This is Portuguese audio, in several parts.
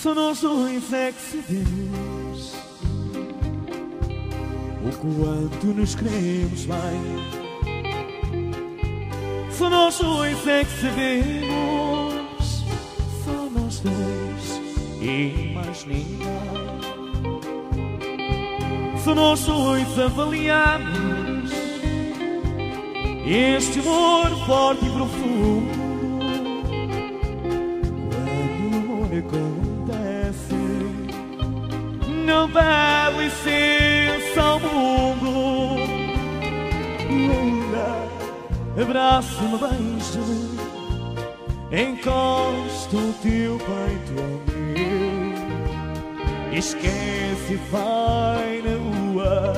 Só nós dois é que sabemos o quanto nos queremos bem. Só nós dois é que sabemos, só nós dois e mais ninguém. Só nós dois avaliamos este amor forte e profundo. Quando o amor acontece, não pede licença ao mundo. Abraça-me, beija-me, encosta o teu peito ao meu, esquece e vai na rua.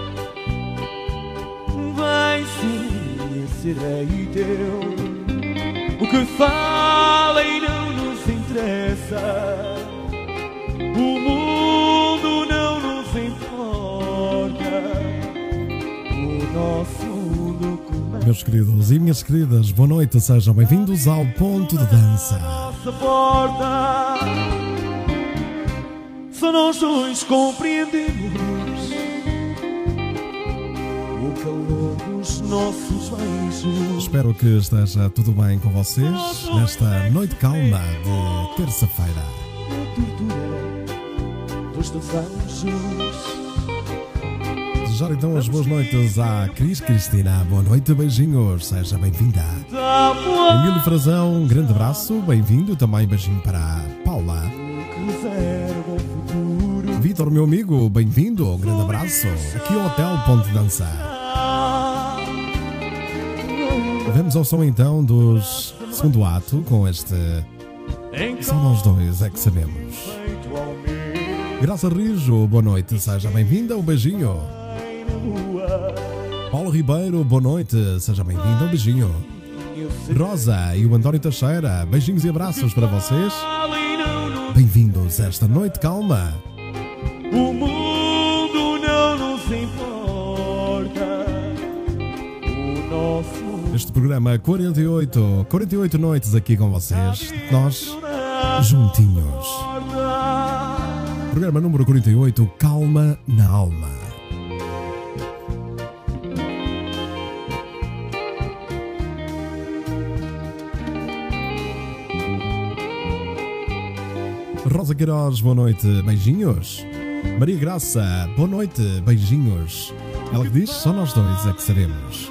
Vai sim, serei teu. O que falem não nos interessa, o mundo não nos importa, o nosso mundo começa. Meus queridos e minhas queridas, boa noite, sejam bem-vindos ao Ponto de Dança. Nossa porta, só nós dois compreendemos o calor dos nossos beijos. Espero que esteja tudo bem com vocês nesta noite calma de terça-feira. A tortura dos teus anjos. Desejar então as boas noites à Cristina. Boa noite, beijinhos, seja bem-vinda. Emílio Frazão, um grande abraço, bem-vindo. Também beijinho para a Paula. Vitor, meu amigo, bem-vindo, um grande abraço. Aqui ao Hotel Ponto de Dança. Vamos ao som então dos segundo ato com este Só Nós Dois é que Sabemos. Graça Rijo, boa noite, seja bem-vinda, um beijinho. Paulo Ribeiro, boa noite, seja bem-vindo, um beijinho. Rosa e o António Teixeira, beijinhos e abraços para vocês. Bem-vindos a esta noite calma. O mundo não nos importa, o nosso mundo. Este programa 48 noites aqui com vocês, nós juntinhos. Programa número 48, Calma na Alma. Rosa Queiroz, boa noite, beijinhos. Maria Graça, boa noite, beijinhos. Ela que diz, só nós dois é que sabemos.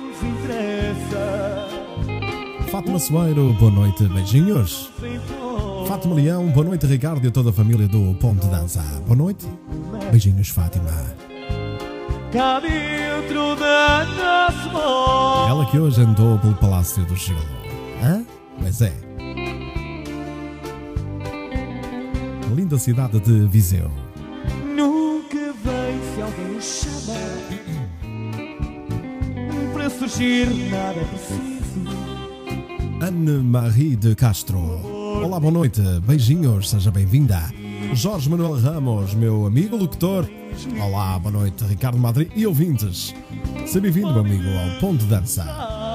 Fátima Soeiro, boa noite, beijinhos. Fátima Leão, boa noite, Ricardo e a toda a família do Ponto de Dança. Boa noite, beijinhos, Fátima. Cá dentro da nossa voz. Ela que hoje andou pelo Palácio do Gelo. Hã? Mas é. Linda cidade de Viseu. Nunca veio se alguém o chama. Para surgir nada é preciso. Anne-Marie de Castro. Olá, boa noite, beijinhos, seja bem-vinda. Jorge Manuel Ramos, meu amigo locutor. Olá, boa noite, Ricardo Madri e ouvintes. Seja bem-vindo, meu amigo, ao Ponto de Dança.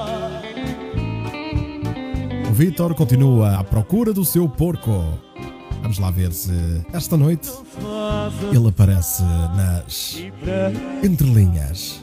O Vítor continua à procura do seu porco. Vamos lá ver se esta noite ele aparece nas entrelinhas.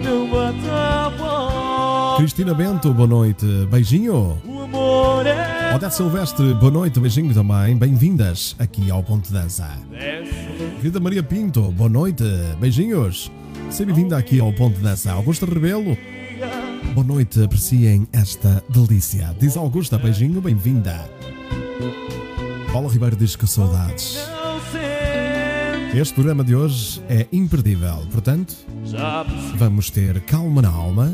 Cristina Bento, boa noite, beijinho. Odete Silvestre, boa noite, beijinho também. Bem-vindas aqui ao Ponto de Dança. Vida Maria Pinto, boa noite, beijinhos. Seja bem-vinda aqui ao Ponto de Dança. Augusta Rebelo, boa noite, apreciem esta delícia. Diz Augusta, beijinho, bem-vinda. Paulo Ribeiro diz que saudades. Este programa de hoje é imperdível, portanto, vamos ter calma na alma.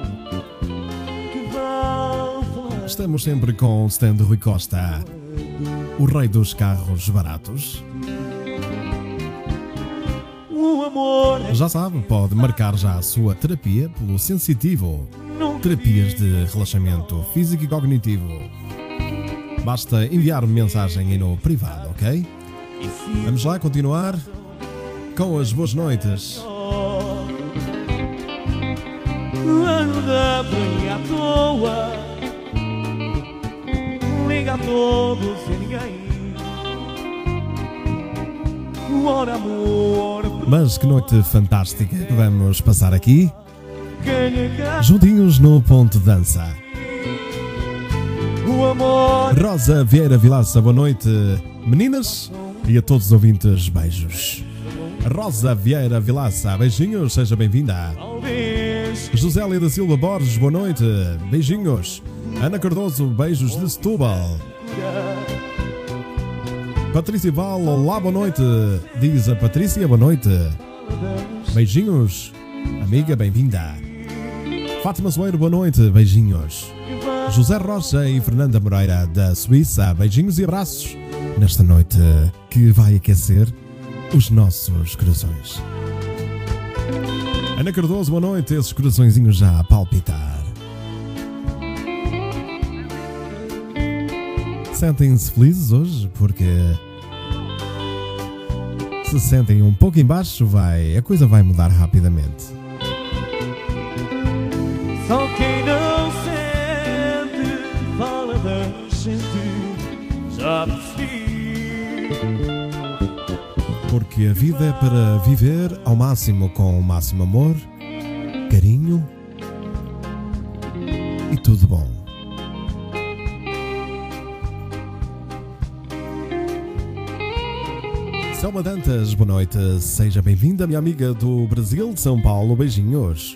Estamos sempre com o stand de Rui Costa, o rei dos carros baratos. Já sabe, pode marcar já a sua terapia pelo Sensitivo. Terapias de relaxamento físico e cognitivo. Basta enviar-me mensagem aí no privado, ok? Vamos lá continuar com as boas noites. Anda bem à toa, liga a todos e ninguém. Mas que noite fantástica que vamos passar aqui, juntinhos no Ponto de Dança. Rosa Vieira Vilaça, boa noite, meninas, e a todos os ouvintes, beijos. Rosa Vieira Vilaça, beijinhos, seja bem-vinda. Josélia da Silva Borges, boa noite, beijinhos. Ana Cardoso, beijos de Setúbal. Patrícia Val, olá, boa noite, diz a Patrícia, boa noite. Beijinhos, amiga, bem-vinda. Fátima Soeiro, boa noite, beijinhos. José Rocha e Fernanda Moreira da Suíça, beijinhos e abraços nesta noite que vai aquecer os nossos corações. Ana Cardoso, boa noite, esses coraçõezinhos já a palpitar. Sentem-se felizes hoje porque se sentem um pouco em baixo, a coisa vai mudar rapidamente. Só quem não sente fala da gente, já percebi. Porque a vida é para viver ao máximo, com o máximo amor, carinho e tudo bom. Selma Dantas, boa noite, seja bem-vinda, minha amiga do Brasil, de São Paulo, beijinhos.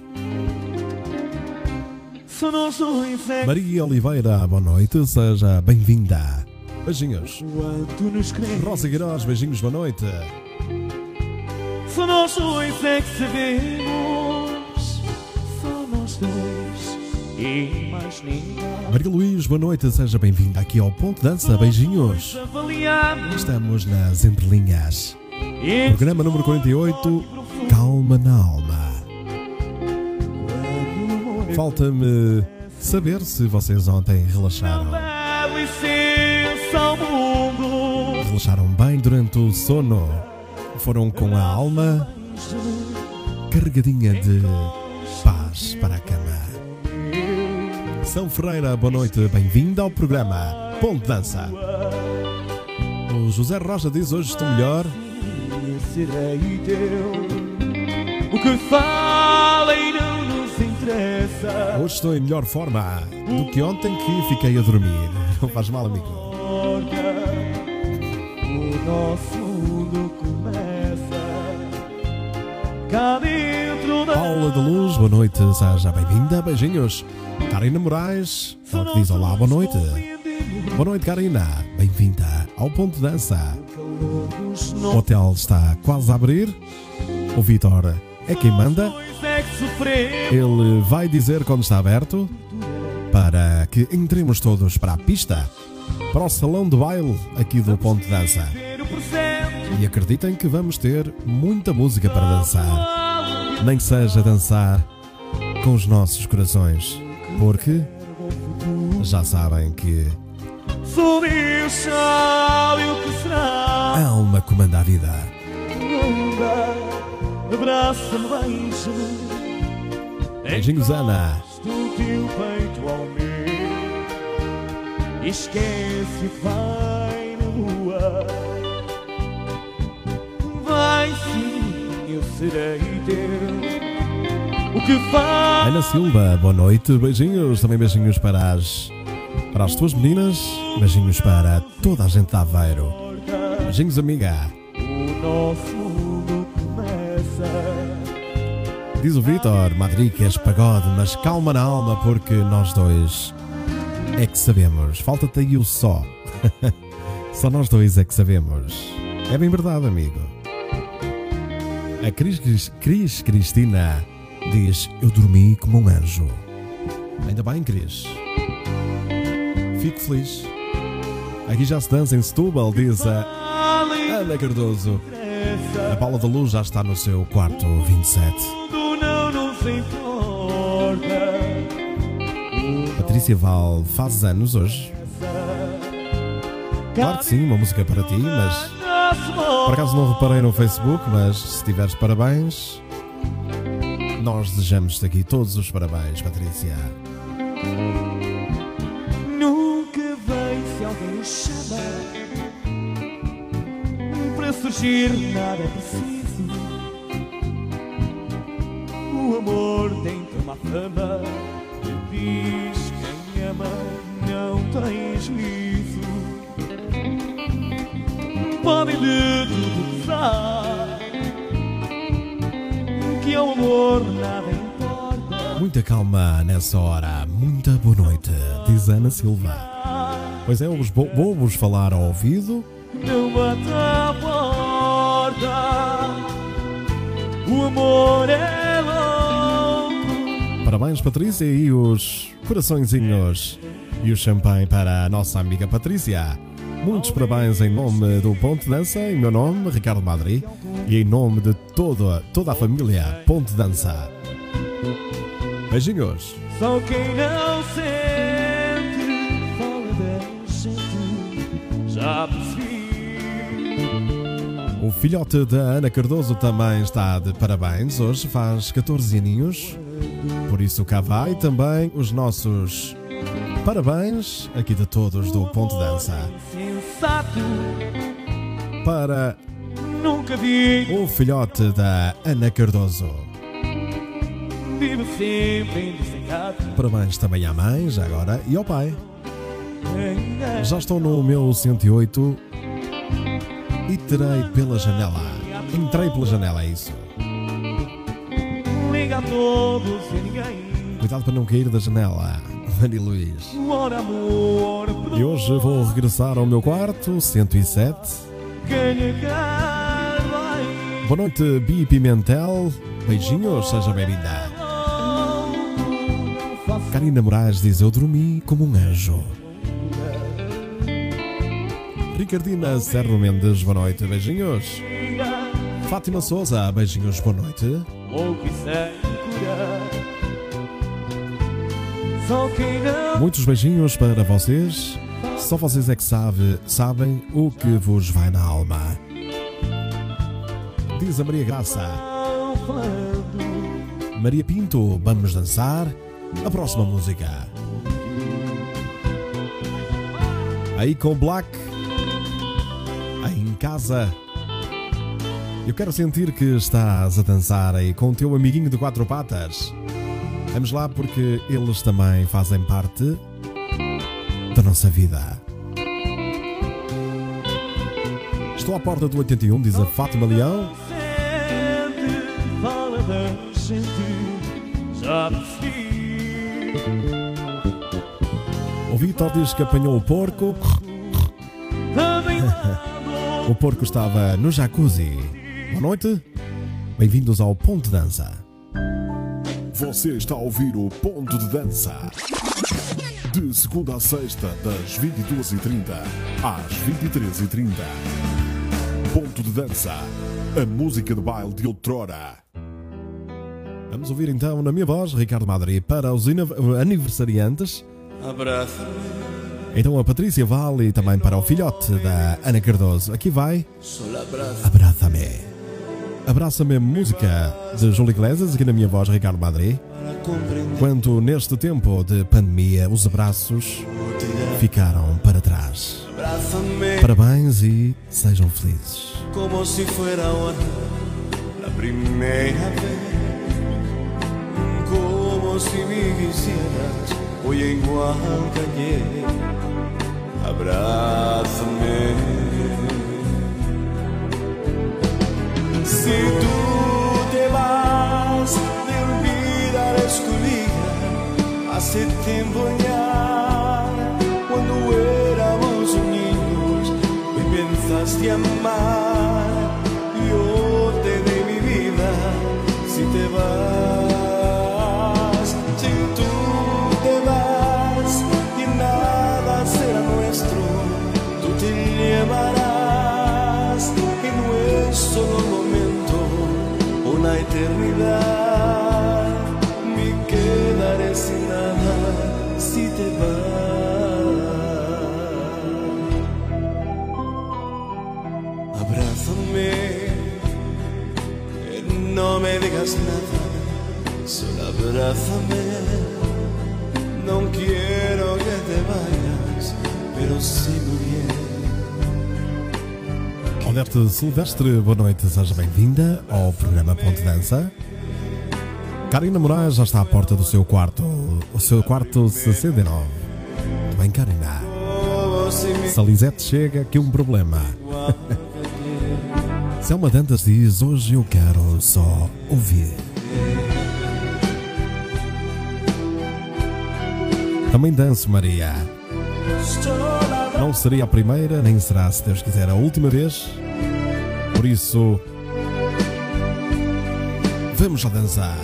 Maria Oliveira, boa noite, seja bem-vinda, beijinhos. Rosa Gueiroz, beijinhos, boa noite. Só nós dois é que sabemos, só nós dois e mais ninguém. Maria Luís, boa noite, seja bem-vinda aqui ao Ponto de Dança, beijinhos. Estamos nas entrelinhas. Programa número 48, Calma na Alma. Falta-me saber se vocês ontem relaxaram. Relaxaram bem durante o sono. Foram com a alma carregadinha de paz para a cama. São Ferreira, boa noite, bem-vinda ao programa Ponto de Dança. O José Rocha diz: hoje estou melhor. O que fala e não nos interessa. Hoje estou em melhor forma do que ontem, que fiquei a dormir. Não faz mal, amigo. O nosso mundo começa cá dentro da... Paula de Luz, boa noite, seja bem-vinda, beijinhos. Karina Moraes, ela que diz olá, boa noite. Boa noite, Karina, bem-vinda ao Ponto de Dança. O hotel está quase a abrir. O Vitor é quem manda. Ele vai dizer quando está aberto, para que entremos todos para a pista, para o salão de baile aqui do Ponto de Dança. E acreditem que vamos ter muita música para dançar, nem que seja dançar com os corações, porque já sabem que só Deus sabe o que será. a alma comanda a vida. Abraça-me, beija-me, Beijinhos, Ana. do teu peito ao meu. Esquece o que vai na rua. Vai sim, eu serei teu. O que faz? Ana Silva, boa noite, beijinhos. Também beijinhos para as tuas meninas. Beijinhos para toda a gente de Aveiro. Beijinhos, amiga. O nosso mundo começa. Diz o Vitor, Madrid, que és pagode, mas calma na alma, porque nós dois é que sabemos. Falta-te aí o só. Só nós dois é que sabemos. É bem verdade, amigo. A Cris Cristina diz: eu dormi como um anjo. Ainda bem, Cris. Fico feliz. Aqui já se dança em Setúbal, diz a Ana Cardoso. A Paula da Luz já está no seu quarto 27. Patrícia Val, fazes anos hoje? Claro que sim, uma música para ti, mas por acaso não reparei no Facebook, mas se tiveres parabéns, nós desejamos-te aqui todos os parabéns, Patrícia. Nunca veio se alguém chama para surgir nada é preciso. O amor tem tanta fama que diz quem ama não tem juízo. Podem-lhe tudo gozar, que ao amor nada importa. Muita calma nessa hora, muita boa noite, diz Ana Silva. Pois é, vou-vos falar ao ouvido. Não bate a porta, o amor é louco. Parabéns, Patrícia, e os coraçõezinhos e o champanhe para a nossa amiga Patrícia. Muitos parabéns em nome do Ponto Dança, em meu nome, Ricardo Madri, e em nome de toda a família Ponto Dança. Beijinhos. Só quem não sente fala da gente, já percebi. O filhote da Ana Cardoso também está de parabéns, hoje faz 14 aninhos, por isso cá vai também os nossos parabéns aqui de todos do Ponto Dança para Nunca vi o filhote da Ana Cardoso. Vivo sempre em desencanto. Parabéns também à mãe, já agora, e ao pai. Já estou no meu 108 e terei pela janela. Entrei pela janela, é isso. Liga a todos e ninguém. Cuidado para não cair da janela, Mari Luís. Ora amor, E hoje vou regressar ao meu quarto, 107. Boa noite, Bi Pimentel. Beijinhos, seja bem-vinda. Karina Moraes diz: eu dormi como um anjo. Ricardina Serro Mendes, boa noite, beijinhos. Fátima Souza, beijinhos, boa noite. Muitos beijinhos para vocês. Só vocês é que sabem o que vos vai na alma. Diz a Maria Graça. Maria Pinto, vamos dançar a próxima música. Aí com Black, aí em casa. Eu quero sentir que estás a dançar aí com o teu amiguinho de quatro patas. Vamos lá, porque eles também fazem parte da nossa vida. Estou à porta do 81, diz a Fátima Leão. O Vitor diz que apanhou o porco. O porco estava no jacuzzi. Boa noite, bem-vindos ao Ponto de Dança. Você está a ouvir o Ponto de Dança. De segunda a sexta, das 22h30 às 23h30. Ponto de Dança, a música de baile de outrora. Vamos ouvir então na minha voz, Ricardo Madri, para os aniversariantes. Então a Patrícia Vale e também para o filhote da Ana Cardoso. Aqui vai Abraça-me. Abraça-me, música de Júlio Iglesias, aqui na minha voz, Ricardo Madri. Quando neste tempo de pandemia os abraços ficaram para trás. Parabéns e sejam felizes. Como si fuera la primera vez, como si me quisieras hoy igual que ayer. Abrázame. Si tú te vas de olvidar escolhida hace tiempo ya, cuando éramos niños y pensaste amar, yo te di mi vida. Si te vas, si tú te vas y nada será nuestro, tú te llevarás y no es solo un momento, una eternidad. Me quedaré sin nada si te vas. Abrázame, no me digas nada, solo abrázame. No quiero que te vayas, pero sí muy bien. Odete Silvestre, boa noite, seja bem-vinda ao programa Ponte Dança. Karina Moraes já está à porta do seu quarto, o seu quarto 69. Muito bem, Karina. Se a Lisete chega, que um problema. Selma Dantas diz, hoje eu quero só ouvir. Também danço, Maria. Não seria a primeira, nem será, se Deus quiser, a última vez. Por isso, vamos lá dançar.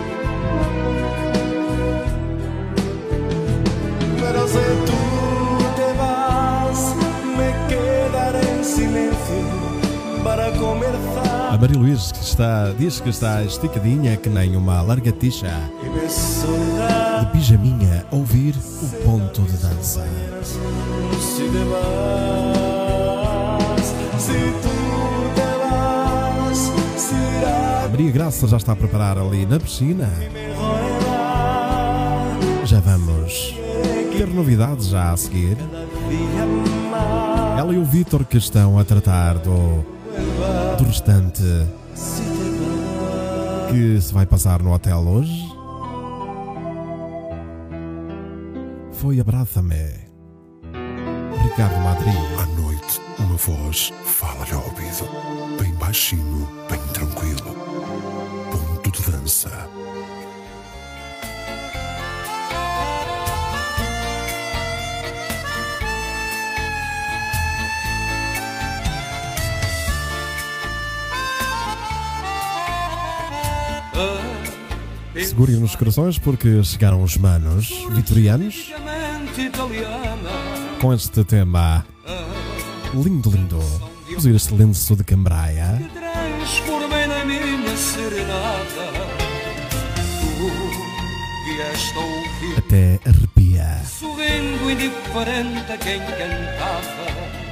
Pero si tú te vas, me quedaré en silencio para conversar. A Maria Luís diz que está esticadinha que nem uma largatixa de pijaminha a ouvir o ponto de dança. Si te vas, si tú te vas, será A Maria Graça já está a preparar ali na piscina. Já vamos ter novidades já a seguir. Ela e o Vítor que estão a tratar do restante que se vai passar no hotel hoje. Foi Abraça-me, Ricardo Madrid. À noite, uma voz fala-lhe ao ouvido, bem baixinho, bem tranquilo. Ponto de dança. Segurem nos corações porque chegaram os manos vitorianos com este tema lindo, lindo. Vamos ver este lenço de cambraia. Transformei na minha serenata. Tu vieste a ouvir, Até arrepia. sorrindo indiferente a quem cantava.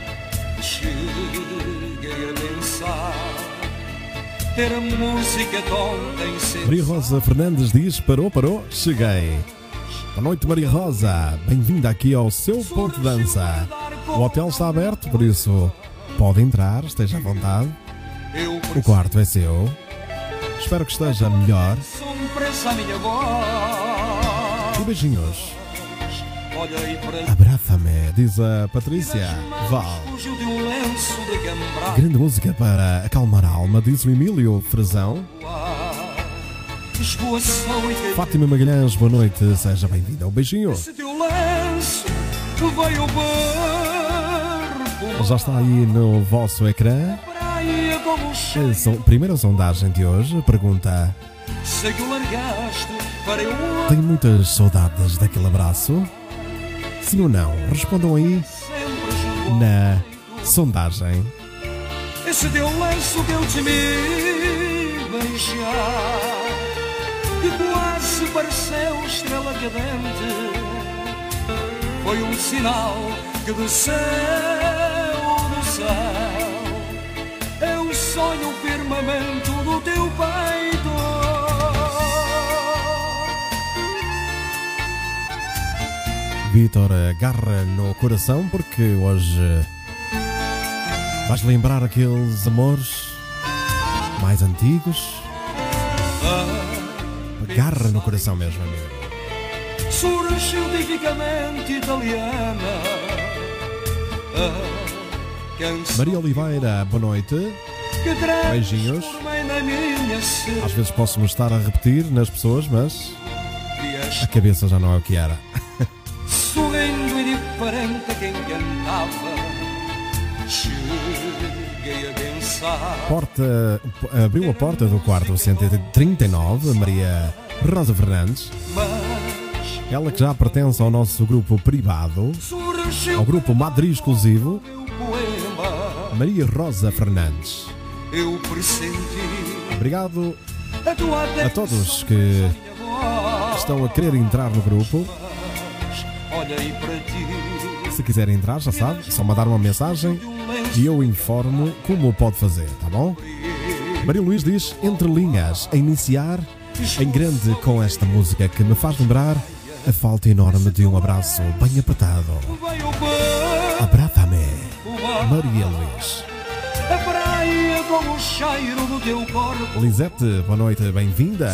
Cheguei a pensar, era música de ontem sem. Maria Rosa Fernandes diz, parou, cheguei. Boa noite, Maria Rosa, bem-vinda aqui ao seu ponto de dança. O hotel está aberto, por isso pode entrar, esteja à vontade. O quarto é seu. Espero que esteja melhor. E beijinhos. Abraça-me, diz a Patrícia Val. Grande música para acalmar a alma, diz o Emílio Frazão. Fátima Magalhães, boa noite, seja bem-vinda. Um beijinho. Já está aí no vosso ecrã a primeira sondagem de hoje. Pergunta: tem muitas saudades daquele abraço? Sim ou não? Respondam aí na sondagem. Esse teu lenço que eu te vi beijar, que quase pareceu estrela cadente, foi um sinal que do céu é o sonho, o firmamento do teu peito. Vítor, agarra no coração porque hoje vais lembrar aqueles amores mais antigos. Agarra no coração mesmo, amigo. Surgiu tipicamente italiana. Maria Oliveira, boa noite. Beijinhos. Às vezes posso-me estar a repetir nas pessoas, mas a cabeça já não é o que era. Sorrindo e diferente a quem cantava, cheguei a pensar. Abriu a porta do quarto 139, Maria Rosa Fernandes. Ela que já pertence ao nosso grupo privado, ao grupo Madrid exclusivo. Maria Rosa Fernandes. Obrigado a todos que estão a querer entrar no grupo. Se quiser entrar, já sabe, é só mandar uma mensagem e eu informo como pode fazer, tá bom? Maria Luís diz, entre linhas, a iniciar em grande com esta música que me faz lembrar a falta enorme de um abraço bem apertado. Abraça-me, Maria Luís. praia com o cheiro do teu corpo. Lisete, boa noite, bem-vinda.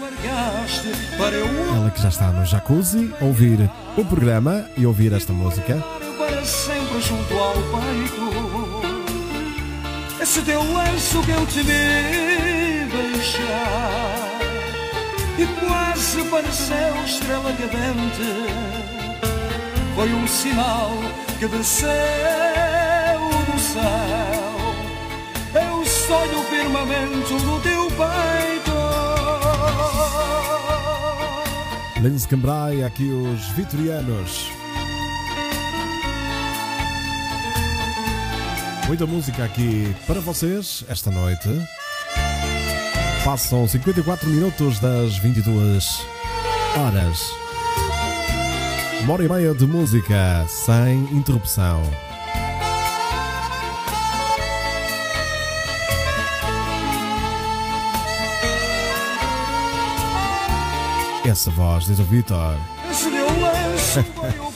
Ela que já está no jacuzzi a ouvir o programa e ouvir esta música. Para sempre junto ao peito, esse teu lenço que eu te vi beijar e quase pareceu estrela cadente, foi um sinal que desceu do céu. Eu sonho o firmamento do teu peito. Lenço Cambrai, aqui os vitorianos. Muita música aqui para vocês esta noite. Passam 54 minutos das 22 horas. 1h30 de música sem interrupção. Essa voz, diz o Vitor. Esse meu lenço veio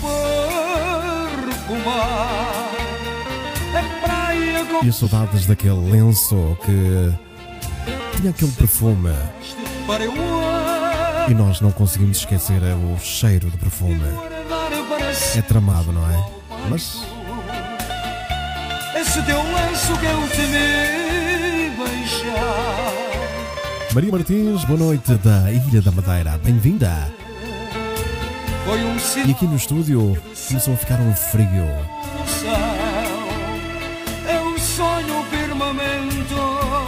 perfumar a praia com... E as saudades daquele lenço que tinha aquele perfume. E nós não conseguimos esquecer o cheiro do perfume. É tramado, não é? Mas... esse teu lenço que eu te vi beijar. Maria Martins, boa noite da Ilha da Madeira, bem-vinda. E aqui no estúdio começou a ficar um frio. Eu sonho o firmamento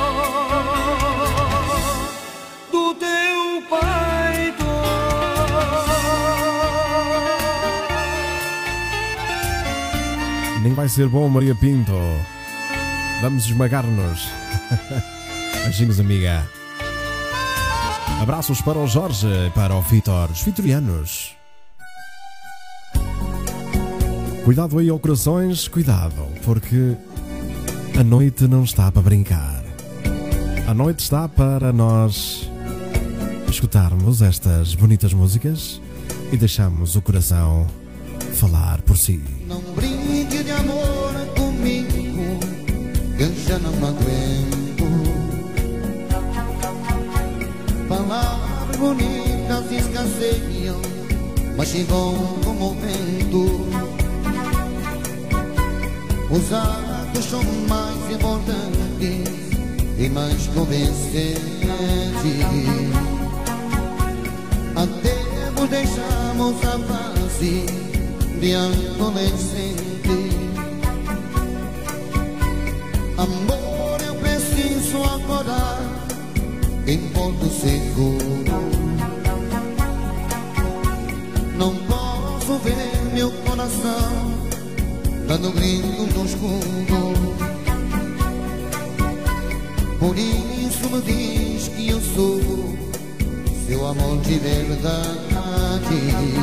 do teu peito. Nem vai ser bom, Maria Pinto. Vamos esmagar-nos. Beijinhos, amiga. Abraços para o Jorge e para o Vitor, os vitorianos. Cuidado aí ao corações, cuidado, porque a noite não está para brincar. A noite está para nós escutarmos estas bonitas músicas e deixarmos o coração falar por si. Não brinque de amor comigo, eu já não aguento. Palavras bonitas escasseiam, mas chegou um momento. Os atos são mais importantes e mais convincentes. Até vos deixamos a fase de adolescente. Amor, eu preciso acordar em porto seguro. Não posso ver meu coração dando grito no escuro. Por isso me diz que eu sou seu amor de verdade.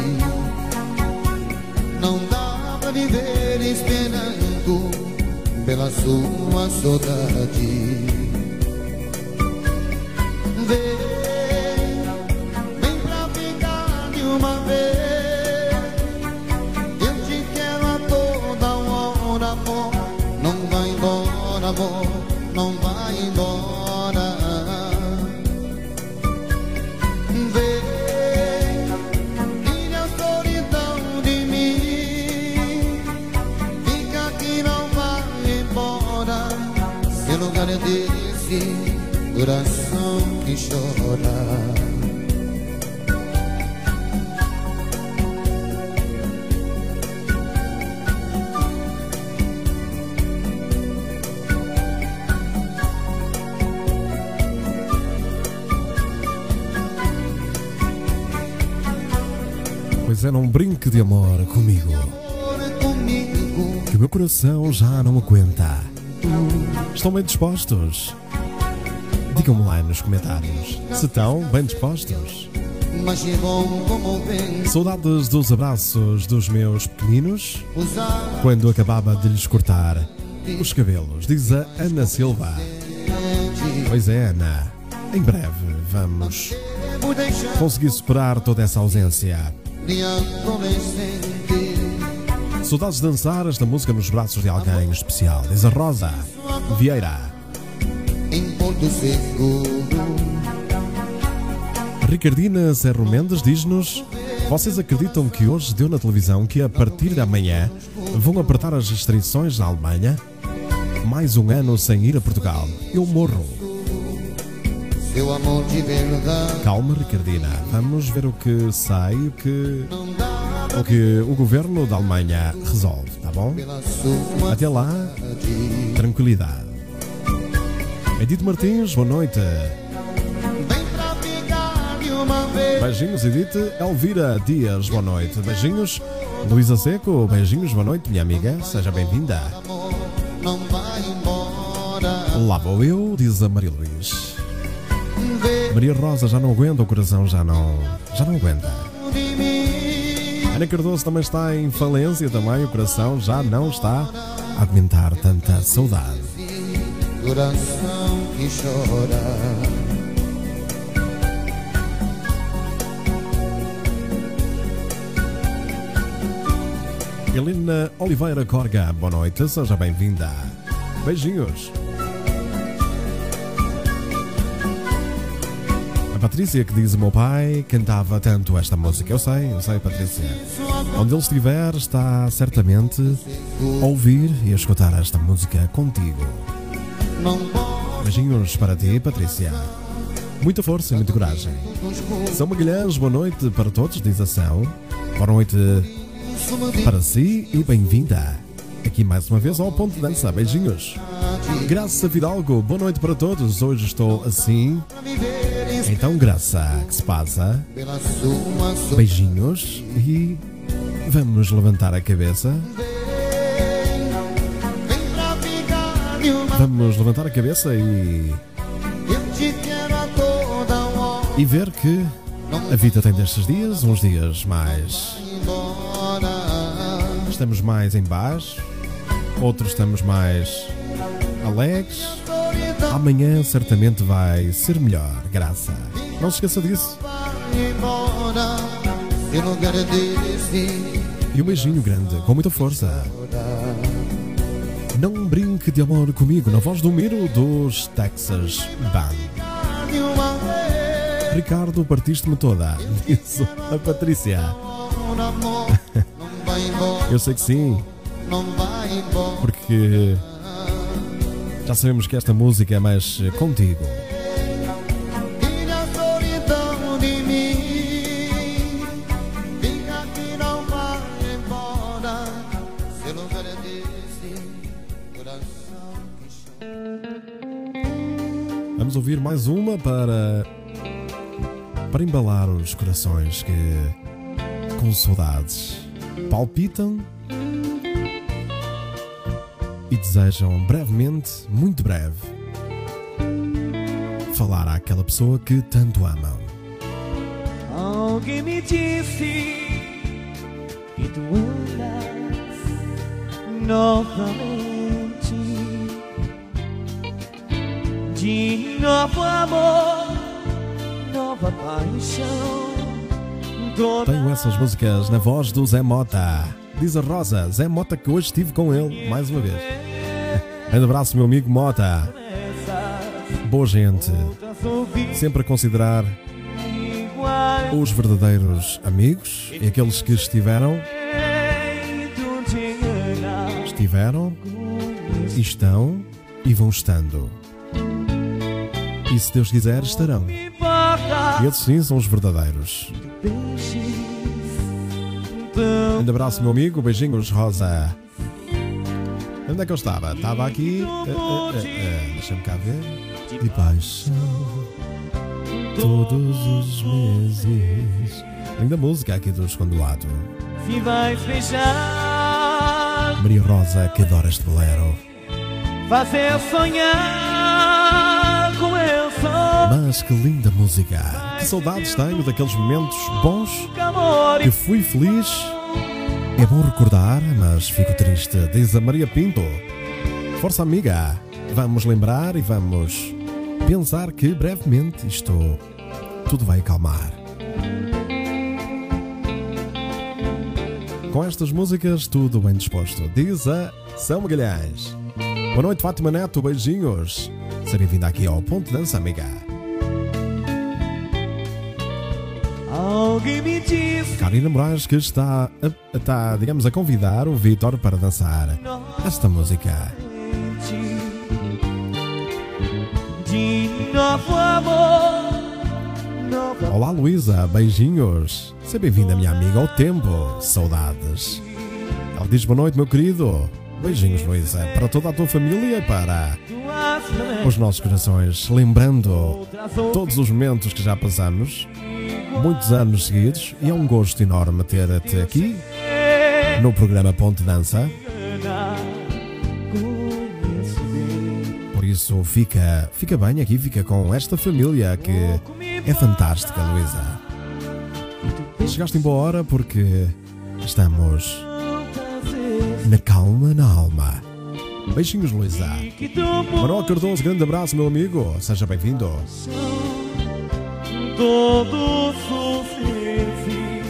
Não dá pra viver esperando pela sua saudade. Vem pra ficar de uma vez. Eu te quero a toda hora, amor. Não vai embora, amor, não vai embora. Vem, tire a solidão de mim. Fica aqui, não vai embora. Seu lugar é desse coração que chora. Pois é, não brinque de amor comigo, que o meu coração já não aguenta. Estão bem dispostos? Digam-me lá nos comentários se estão bem dispostos. Saudades dos abraços dos meus pequeninos quando acabava de lhes cortar os cabelos, diz a Ana Silva. Pois é, Ana, em breve vamos conseguir superar toda essa ausência. Saudades de dançar esta música nos braços de alguém especial, diz a Rosa Vieira. Porto Seguro. Ricardina Serro Mendes diz-nos: vocês acreditam que hoje deu na televisão que a partir de amanhã vão apertar as restrições na Alemanha? Mais um ano sem ir a Portugal. Eu morro. Seu amor de verdade. Calma, Ricardina. Vamos ver o que sai, o que o governo da Alemanha resolve, tá bom? Até lá, tranquilidade. Edito Martins, boa noite. Beijinhos, Edith. Elvira Dias, boa noite. Beijinhos. Luísa Seco, beijinhos, boa noite, minha amiga. Seja bem-vinda. Lá vou eu, diz a Maria Luís. Maria Rosa já não aguenta, o coração já não aguenta. Ana Cardoso também está em falência, também o coração já não está a aguentar tanta saudade. Coração que chora. Helena Oliveira Corga, boa noite, seja bem-vinda. Beijinhos. A Patrícia que diz: o meu pai cantava tanto esta música. Eu sei, Patrícia. Onde ele estiver está certamente a ouvir e a escutar esta música contigo. Beijinhos para ti, Patrícia. Muita força e muita coragem. São Magalhães, boa noite para todos, diz ação. Boa noite para si e bem-vinda aqui mais uma vez ao Ponto de Dança. Beijinhos. Graça Fidalgo, boa noite para todos. Hoje estou assim. Então, Graça, que se passa? Beijinhos e vamos levantar a cabeça. Vamos levantar a cabeça e ver que a vida tem destes dias, uns dias mais estamos mais em baixo, outros estamos mais alegres. Amanhã certamente vai ser melhor, Graça. Não se esqueça disso. E um beijinho grande, com muita força. Não brinque de amor comigo, na voz do Miro dos Texas Band. Ricardo, partiste-me toda. Isso, a Patrícia. Eu sei que sim. Porque já sabemos que esta música é mais contigo. Vamos ouvir mais uma para embalar os corações que com saudades palpitam e desejam brevemente, muito breve, falar àquela pessoa que tanto amam. Alguém me disse que tu andas novamente, de novo amor, nova paixão. Tenho essas músicas na voz do Zé Mota. Diz a Rosa, Zé Mota, que hoje estive com ele mais uma vez. Um abraço, meu amigo Mota. Boa gente. Sempre a considerar os verdadeiros amigos e aqueles que estiveram, estão e vão estando. E se Deus quiser, estarão. E esses sim são os verdadeiros. Um abraço, meu amigo. Beijinhos, Rosa. Onde é que eu estava? Estava aqui. Deixa-me cá ver. De paixão todos os meses. Linda música aqui do Escondelado. Se vais beijar Maria Rosa, que adora este bolero. fazer sonhar com eu sou. Mas que linda música. Que saudades tenho daqueles momentos bons que fui feliz. É bom recordar, mas fico triste, diz a Maria Pinto. Força, amiga. Vamos lembrar e vamos pensar que brevemente isto tudo vai acalmar. Com estas músicas, tudo bem disposto, diz a São Magalhães. Boa noite, Fátima Neto, beijinhos. Seja bem-vinda aqui ao Ponto de Dança, amiga. Alguém me disse Karina Moraes que está, digamos, a convidar o Vítor para dançar esta música. de novo amor. Olá, Luísa, beijinhos. Seja bem-vinda, minha amiga, ao tempo. Saudades. Ela diz boa noite, meu querido. Beijinhos, Luísa, para toda a tua família e para os nossos corações. Lembrando todos os momentos que já passamos, muitos anos seguidos, e é um gosto enorme ter-te aqui no programa Ponto de Dança. Por isso, fica bem aqui, fica com esta família que é fantástica, Luísa. Chegaste em boa hora porque estamos na calma na alma. Beijinhos, Luísa. Manuel Cardoso, grande abraço, meu amigo. Seja bem-vindo. Todos os vezes,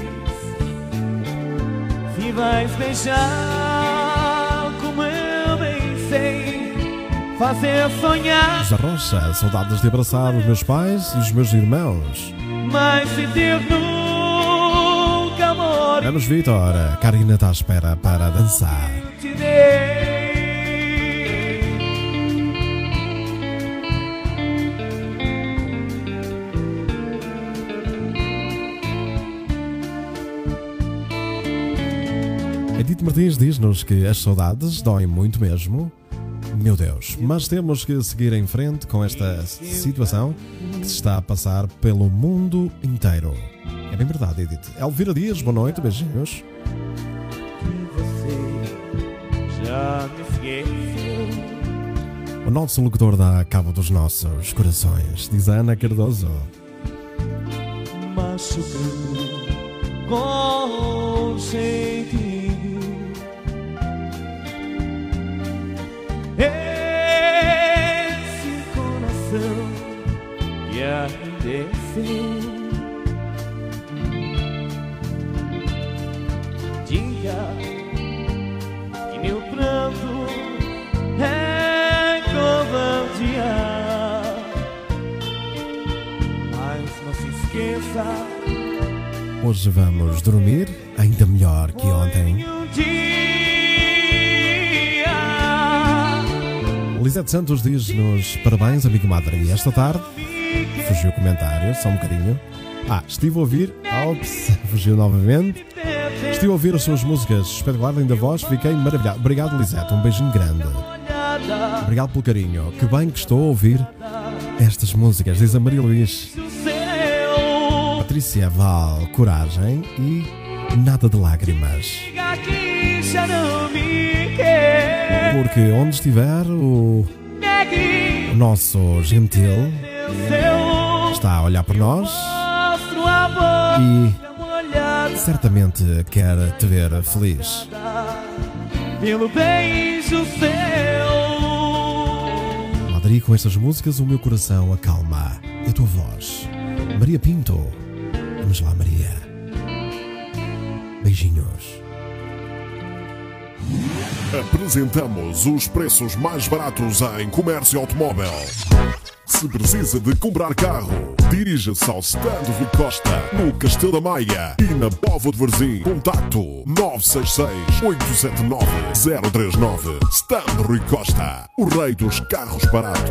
se vais deixar como eu bem sei, fazer sonhar. José Rocha, saudades de abraçar os meus pais e os meus irmãos. Mas se ter nunca amor. Vamos, Vítor. Karina está à espera para dançar. Te dei. Edith Martins diz-nos que as saudades doem muito mesmo. Meu Deus, mas temos que seguir em frente com esta situação que se está a passar pelo mundo inteiro. É bem verdade, Edith. Elvira Dias, boa noite, beijinhos. Já me esqueceu. O nosso locutor dá cabo dos nossos corações, diz a Ana Cardoso. Machucando com jeitinho. Esse coração que ardeceu. Diga que meu pranto é covardia, mas não se esqueça. Hoje vamos dormir ainda melhor que ontem. Lisete Santos diz-nos parabéns, amigo Madre. Esta tarde fugiu o comentário, só um bocadinho. Estive a ouvir. Ops, fugiu novamente. Estive a ouvir as suas músicas espetaculares, linda voz, fiquei maravilhado. Obrigado, Lisete, um beijinho grande. Obrigado pelo carinho. Que bem que estou a ouvir estas músicas, diz a Maria Luís. Patrícia Val, coragem e nada de lágrimas. Porque onde estiver o nosso gentil está a olhar por nós e certamente quer te ver feliz. Pelo beijo seu. Madri, com estas músicas o meu coração acalma. E a tua voz, Maria Pinto. Vamos lá, Maria. Beijinhos. Apresentamos os preços mais baratos em comércio automóvel. Se precisa de comprar carro, dirija-se ao Stand Rui Costa, no Castelo da Maia e na Póvoa de Varzim. Contacto 966-879-039. Stand Rui Costa, o rei dos carros baratos.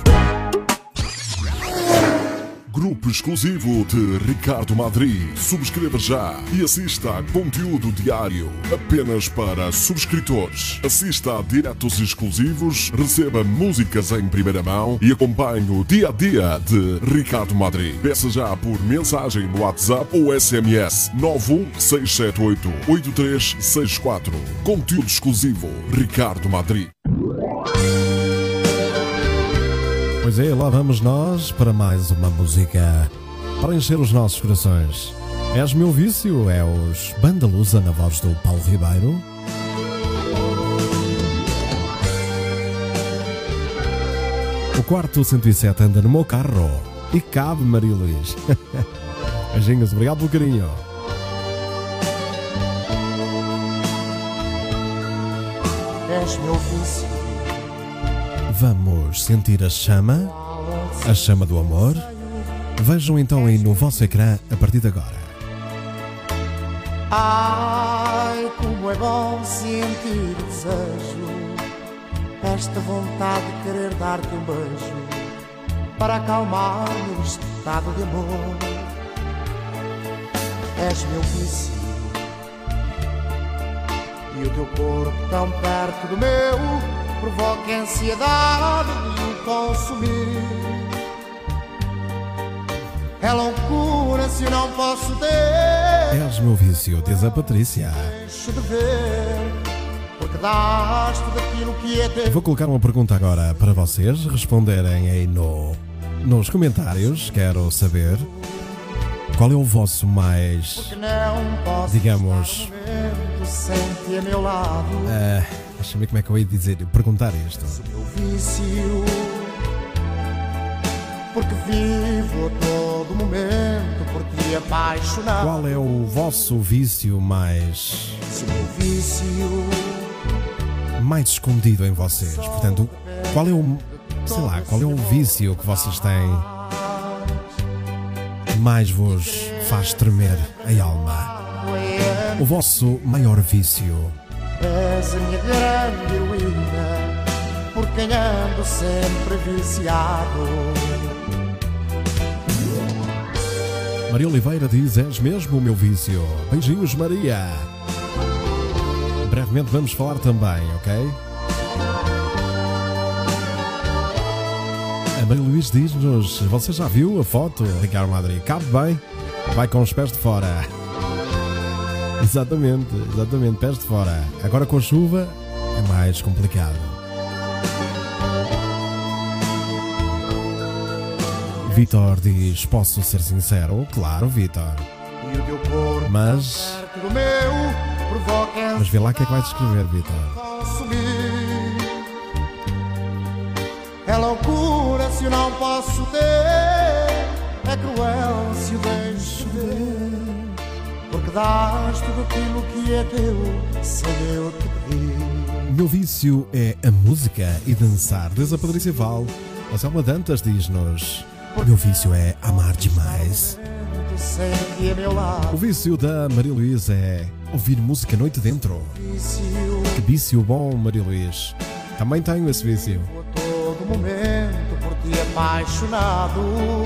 Grupo exclusivo de Ricardo Madri. Subscreva já e assista a conteúdo diário apenas para subscritores. Assista a diretos exclusivos, receba músicas em primeira mão e acompanhe o dia a dia de Ricardo Madri. Peça já por mensagem no WhatsApp ou SMS 91678-8364. Conteúdo exclusivo Ricardo Madri. Pois é, lá vamos nós para mais uma música para encher os nossos corações. És meu vício, é os Banda Lusa na voz do Paulo Ribeiro. O quarto 107 anda no meu carro e cabe, Maria Luís. Beijinhos, obrigado pelo carinho. És meu vício. Vamos sentir a chama do amor. Vejam então aí no vosso ecrã a partir de agora. Ai, como é bom sentir desejo, esta vontade de querer dar-te um beijo para acalmar meu estado de amor. És meu vício e o teu corpo tão perto do meu provoca a ansiedade de o consumir. É loucura se eu não posso ter. És meu vício, diz a Patrícia. Deixo de ver, porque dás tudo aquilo que é teu. Vou colocar uma pergunta agora para vocês responderem aí nos comentários. Quero saber qual é o vosso mais, digamos, sem-te a meu lado. Deixa-me ver como é que eu ia dizer, perguntar isto. Meu vício, porque vivo a todo momento por ti apaixonado. Qual é o vosso vício mais escondido em vocês? Portanto, qual é o vício que vocês têm que mais vos faz tremer a alma? O vosso maior vício? És a minha grande heroína, por quem ando sempre viciado. Maria Oliveira diz: és mesmo o meu vício. Beijinhos, Maria. Brevemente vamos falar também, ok? A Maria Luís diz-nos: você já viu a foto, Ricardo Madri? Cabe bem, vai com os pés de fora. Exatamente, pés de fora. Agora com a chuva é mais complicado. Vitor diz: posso ser sincero? Claro, Vitor. Mas vê lá o que é que vais escrever, Vitor. É loucura se eu não posso ter, é cruel se o deixo ver, porque dás tudo aquilo que é teu, sem eu te pedir. Meu vício é a música e dançar. Desde a Patrícia Val, a Selma Dantas diz-nos: meu vício é amar demais. O vício da Maria Luís é ouvir música noite dentro. Que vício bom, Maria Luís. Também tenho esse vício. A todo momento por ti apaixonado.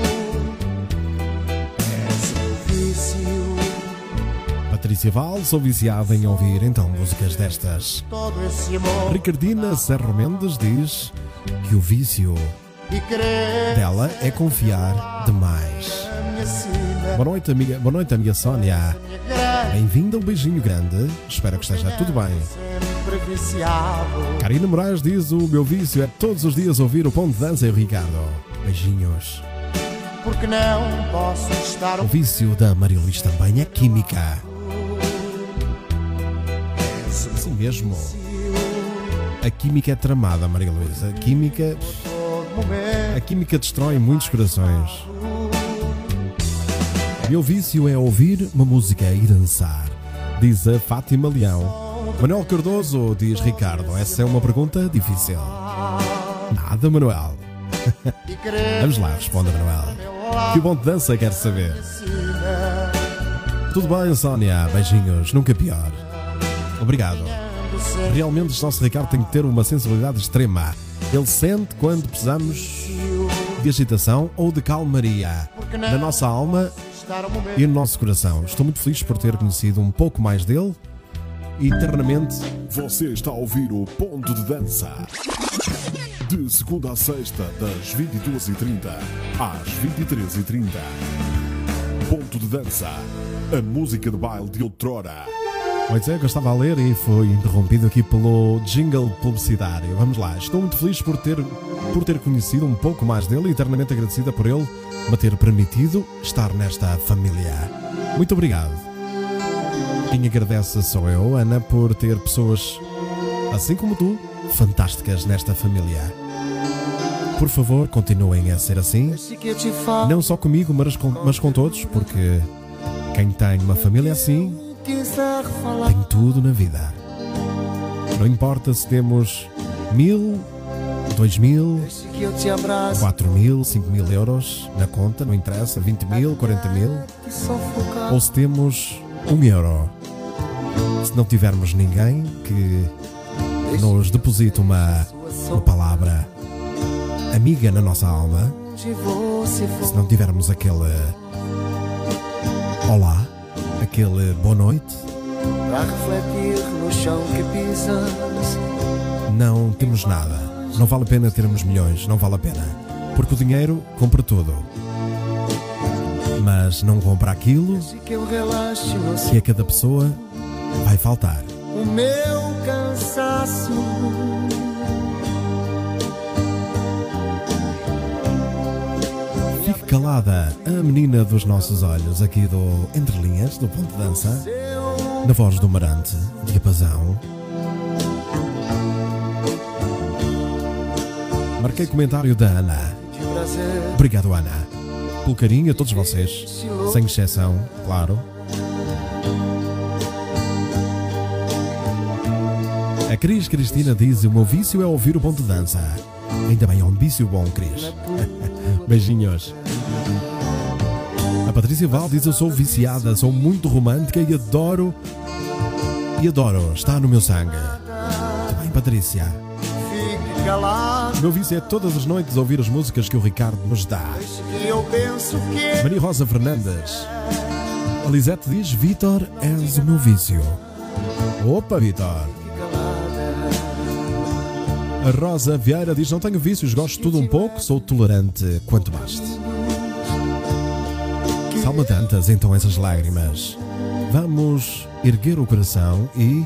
És meu vício. Patrícia Val, sou viciada em ouvir então músicas destas. Todo esse amor. Ricardina Serra Mendes diz que o vício dela é confiar demais. Boa noite, amiga. Boa noite, amiga Sónia. Bem-vinda, um beijinho grande. Espero que esteja tudo bem. Karina Moraes diz: o meu vício é todos os dias ouvir o Ponto de Dança e o Ricardo. Beijinhos. Porque não posso estar. O vício da Maria Luís também é química. Assim mesmo. A química é tramada, Maria Luís. A química destrói muitos corações. Meu vício é ouvir uma música e dançar, diz a Fátima Leão. Manuel Cardoso diz: Ricardo, essa é uma pergunta difícil. Nada, Manuel. Vamos lá, responde Manuel. Que o Bom de Dança quer saber. Tudo bem, Sónia? Beijinhos, nunca pior. Obrigado. Realmente o nosso Ricardo tem que ter uma sensibilidade extrema. Ele sente quando precisamos de agitação ou de calmaria na nossa alma e no nosso coração. Estou muito feliz por ter conhecido um pouco mais dele e eternamente. Você está a ouvir o Ponto de Dança. De segunda a sexta, das 22h30 às 23h30. Ponto de Dança. A música de baile de outrora. Pois é, que eu estava a ler e foi interrompido aqui pelo jingle publicitário. Vamos lá, estou muito feliz por ter conhecido um pouco mais dele e eternamente agradecida por ele me ter permitido estar nesta família. Muito obrigado. Quem agradece sou eu, Ana, por ter pessoas assim como tu, fantásticas nesta família. Por favor, continuem a ser assim, não só comigo, mas com todos, porque quem tem uma família assim tem tudo na vida. Não importa se temos 1000, 2.000, 4.000, 5.000 euros na conta, não interessa, 20.000, 40.000, ou se temos 1 euro. Se não tivermos ninguém que nos deposite uma palavra amiga na nossa alma, se não tivermos aquele olá, aquele boa noite, não temos nada. Não vale a pena termos milhões, não vale a pena, porque o dinheiro compra tudo, mas não compra aquilo que a cada pessoa vai faltar. O meu cansaço, fique calada, a menina dos nossos olhos, aqui do Entre Linhas, do Ponto de Dança, na voz do Marante, Diapasão. Marquei comentário da Ana. Obrigado, Ana, pelo carinho a todos vocês, sem exceção, claro. A Cris Cristina diz: o meu vício é ouvir o Ponto de Dança. Ainda bem, é um vício bom, Cris. Beijinhos. A Patrícia Val diz: eu sou viciada, sou muito romântica e adoro, está no meu sangue. Muito bem, Patrícia. O meu vício é todas as noites ouvir as músicas que o Ricardo nos dá. Maria Rosa Fernandes. A Lisete diz: Vítor, és o meu vício. Opa, Vítor. A Rosa Vieira diz: não tenho vícios, gosto de tudo um pouco, sou tolerante quanto baste. Salma tantas então essas lágrimas. Vamos erguer o coração e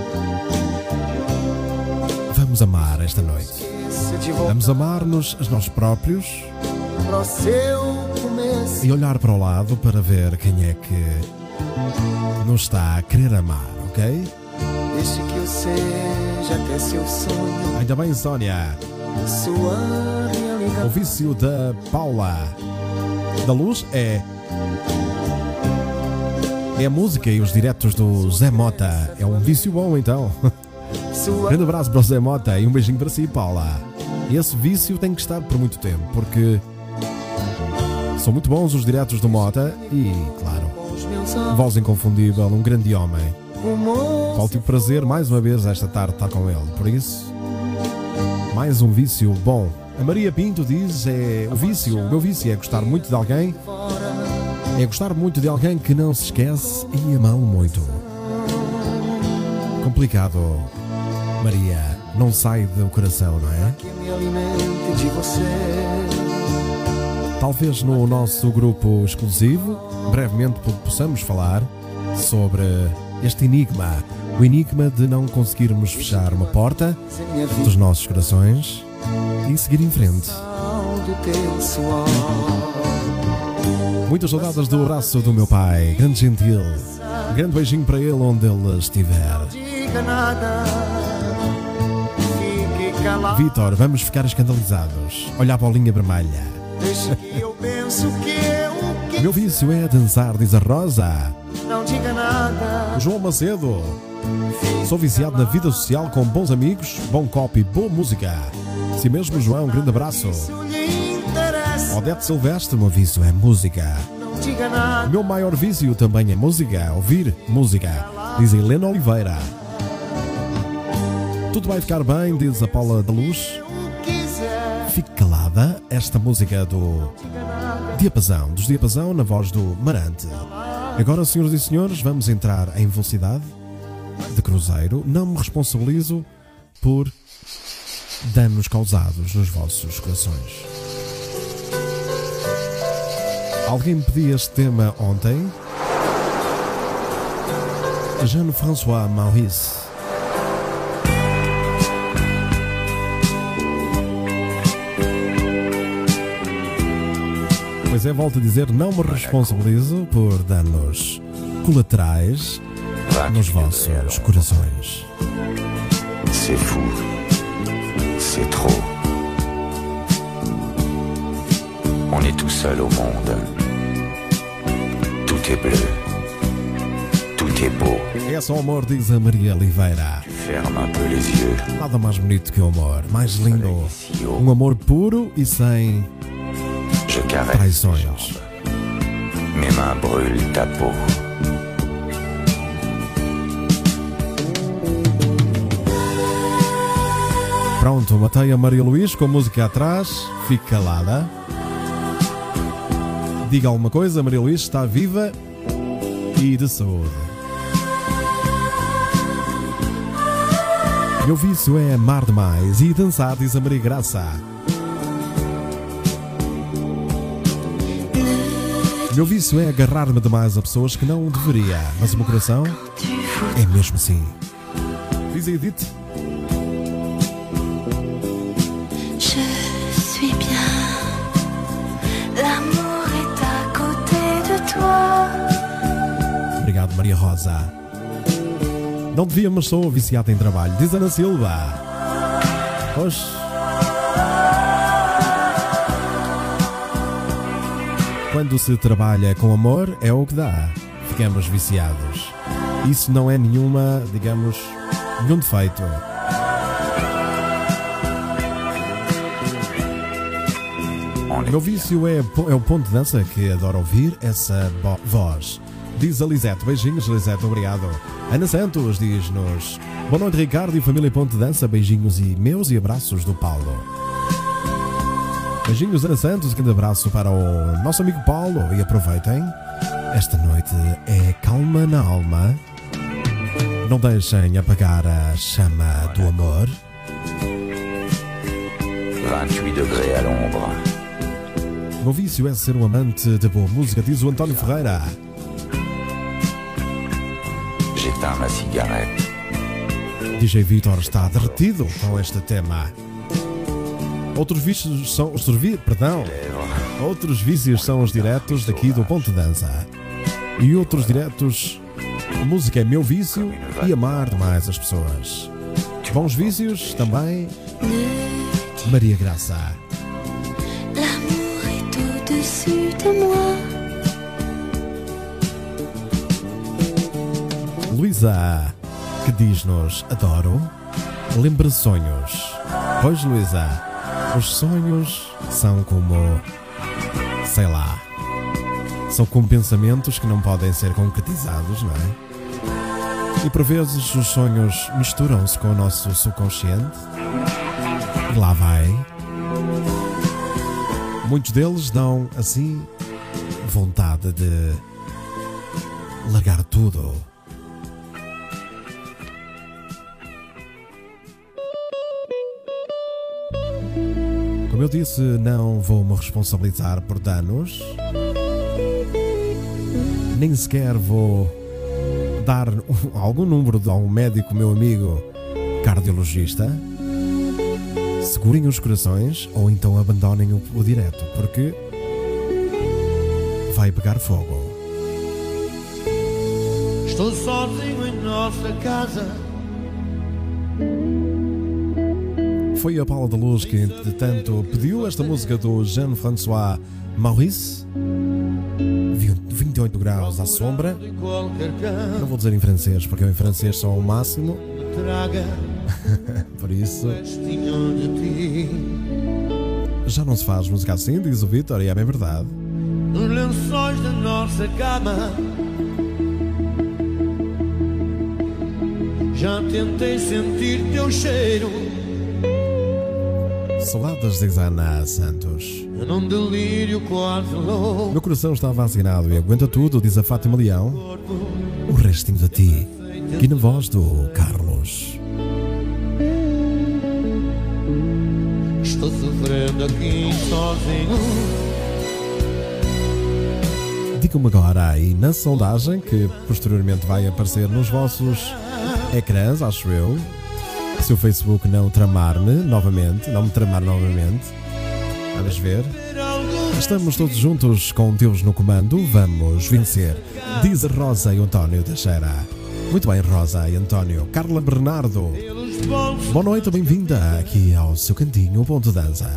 vamos amar esta noite. Vamos amar-nos a nós próprios e olhar para o lado para ver quem é que nos está a querer amar, ok? Deixe que eu seja até seu sonho. Ainda bem, Sónia. Sua realidade. O vício da Paula da Luz é a música e os diretos do Zé Mota. É um vício bom, então. Grande abraço para o Zé Mota e um beijinho para si, Paula. E esse vício tem que estar por muito tempo, porque são muito bons os diretos do Mota e, claro, voz inconfundível, um grande homem. Qual tive prazer mais uma vez esta tarde estar com ele. Por isso, mais um vício bom. A Maria Pinto diz: o meu vício é gostar muito de alguém. É gostar muito de alguém que não se esquece e amá-lo muito. Complicado, Maria. Não sai do coração, não é? Talvez no nosso grupo exclusivo, brevemente possamos falar sobre este enigma. O enigma de não conseguirmos fechar uma porta dos nossos corações e seguir em frente. Muitas saudades do abraço do meu pai, grande gentil. Um grande beijinho para ele onde ele estiver. Vítor, vamos ficar escandalizados. Olha a bolinha vermelha. O meu vício é dançar, diz a Rosa. O João Macedo. Sou viciado na vida social com bons amigos, bom copo e boa música. Sim mesmo, João, um grande abraço. Odete Silvestre, o meu vício é música. O meu maior vício também é música, ouvir música, diz Helena Oliveira. Tudo vai ficar bem, diz a Paula da Luz. Fique calada, esta música do Diapasão, dos Diapasão, na voz do Marante. Agora, senhoras e senhores, vamos entrar em velocidade de cruzeiro. Não me responsabilizo por danos causados nos vossos corações. Alguém me pedia este tema ontem. Jean-François Maurice. Pois é, volto a dizer, não me responsabilizo por danos colaterais nos vossos corações. C'est fou, c'est trop. On est tout seul au monde. Tout est bleu, tout T'es beau. É só amor, diz a Maria Oliveira. Ferme un peu les yeux. Nada mais bonito que o amor, mais lindo. Um amor puro e sem Je caresse tes traições. jambes. Mes mains brûlent ta peau. Pronto, matei a Maria Luís com a música atrás. Fique calada. Diga alguma coisa, Maria Luís está viva e de saúde. Meu vício é amar demais e dançar, diz a Maria Graça. Meu vício é agarrar-me demais a pessoas que não deveria, mas o meu coração é mesmo assim. Diz a Edith. Je suis bien, l'amour est à côté de toi. Obrigado, Maria Rosa. Não devia, mas sou viciado em trabalho, diz Ana Silva. Pois. Quando se trabalha com amor, é o que dá. Ficamos viciados. Isso não é nenhuma, digamos, nenhum defeito. O meu vício é o ponto de dança que adoro ouvir essa voz. Diz a Lisete. Beijinhos, Lisete, obrigado. Ana Santos diz-nos: boa noite, Ricardo e família Ponto de Dança. Beijinhos e meus e abraços do Paulo. Beijinhos, Ana Santos. Grande abraço para o nosso amigo Paulo. E aproveitem, esta noite é calma na alma. Não deixem apagar a chama do amor. 28 degrés à l'ombre. O meu vício é ser um amante de boa música, diz o António Ferreira. J'éteins ma cigarette. DJ Vitor está derretido com este tema. Outros vícios são os diretos daqui do Ponto de Dança. E outros diretos, música é meu vício e amar demais as pessoas. Bons vícios também, Maria Graça. L'amour est au-dessus de moi. Luísa, que diz-nos: adoro, lembra sonhos. Pois, Luísa, os sonhos são como, sei lá, são como pensamentos que não podem ser concretizados, não é? E por vezes os sonhos misturam-se com o nosso subconsciente e lá vai. Muitos deles dão, assim, vontade de largar tudo. Como eu disse, não vou me responsabilizar por danos, nem sequer vou dar algum número a um médico, meu amigo cardiologista. Segurem os corações ou então abandonem o direto, porque vai pegar fogo. Estou sozinho em nossa casa. Foi a Paula da Luz que, entretanto, pediu esta música do Jean-François Maurice. 28 graus à sombra. Não vou dizer em francês, porque eu em francês sou ao máximo. Por isso, já não se faz música assim, diz o Vitor, e é bem verdade. Nos lençóis da nossa cama, já tentei sentir teu cheiro. Saudades, diz Ana Santos. Num delírio quase louco. Meu coração está vacinado e aguenta tudo, diz a Fátima Leão. O restinho de ti. E na voz do Carlos. Estou sofrendo aqui sozinho. Digam-me agora aí na sondagem, que posteriormente vai aparecer nos vossos ecrãs, acho eu, se o Facebook não me tramar novamente. Vamos ver. Estamos todos juntos com Deus no comando. Vamos vencer, diz a Rosa e António Teixeira. Muito bem, Rosa e António. Carla Bernardo, boa noite, bem-vinda aqui ao seu cantinho Ponto de Dança.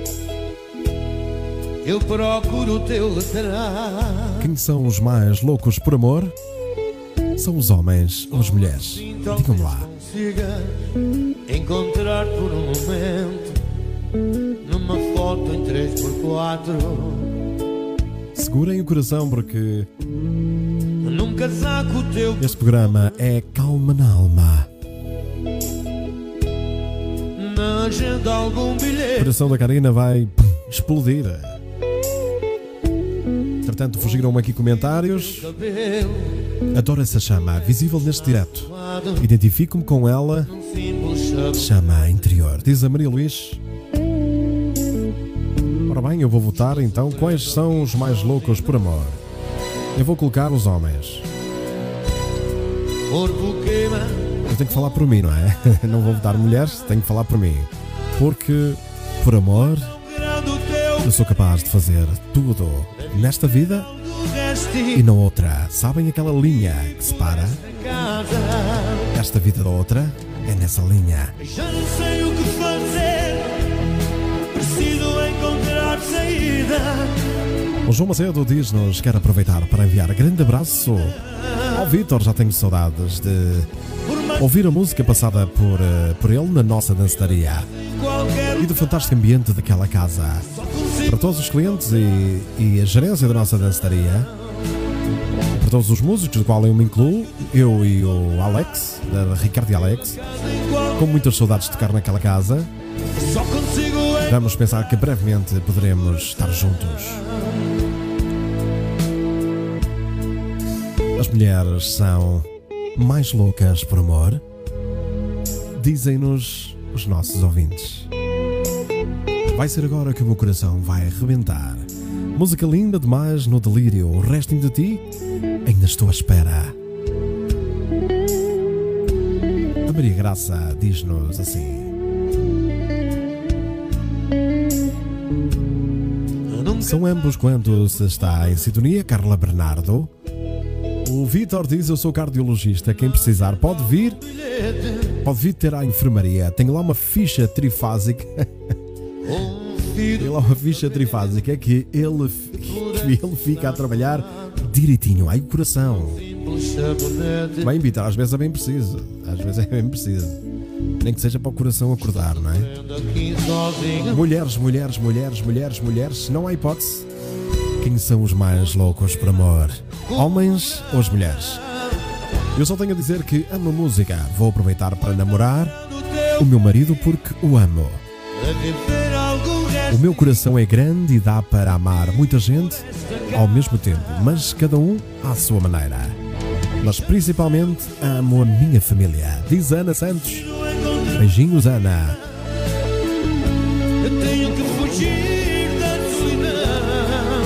Eu procuro o teu lateral. Quem são os mais loucos por amor? São os homens ou as mulheres? Digam-me lá. Encontrar por um momento numa foto em 3x4. Segurem o coração porque num casaco teu. este programa é Calma na Alma. Na agenda algum bilhete. O coração da Karina vai explodir. Entretanto, fugiram aqui comentários. Adoro essa chama, visível neste direto. Identifico-me com ela. Chama interior. Diz a Maria Luís. Ora bem, eu vou votar então. Quais são os mais loucos por amor? Eu vou colocar os homens. Eu tenho que falar por mim, não é? Não vou votar mulheres, tenho que falar por mim. Porque, por amor, eu sou capaz de fazer tudo nesta vida e na outra. Sabem aquela linha que separa esta vida da outra? É nessa linha. Já não sei o que fazer, preciso encontrar saída. O João Macedo diz-nos que quer aproveitar para enviar grande abraço ao Vítor. Já tenho saudades de ouvir a música passada por ele na nossa dançaria e do fantástico ambiente daquela casa. Para todos os clientes e a gerência da nossa dançaria, para todos os músicos, do qual eu me incluo, eu e o Alex, Ricardo e Alex, com muitas saudades de tocar naquela casa. Vamos pensar que brevemente poderemos estar juntos. As mulheres são mais loucas por amor? Dizem-nos os nossos ouvintes. Vai ser agora que o meu coração vai arrebentar. Música linda demais no delírio. O restinho de ti, ainda estou à espera. A Maria Graça diz-nos assim. São ambos quando se está em sintonia. Carla Bernardo. O Vítor diz: eu sou cardiologista, quem precisar pode vir ter à enfermaria. Tenho lá uma ficha trifásica. Tem lá uma ficha trifásica que ele fica a trabalhar direitinho. Ai, o coração. Bem, Vítor, às vezes é bem preciso. Nem que seja para o coração acordar, não é? Mulheres, não há hipótese. Quem são os mais loucos por amor? Homens ou as mulheres? Eu só tenho a dizer que amo a música. Vou aproveitar para namorar o meu marido porque o amo. O meu coração é grande e dá para amar muita gente ao mesmo tempo, mas cada um à sua maneira. Mas principalmente amo a minha família. Diz Ana Santos. Beijinhos, Ana. Eu tenho que fugir da solidão,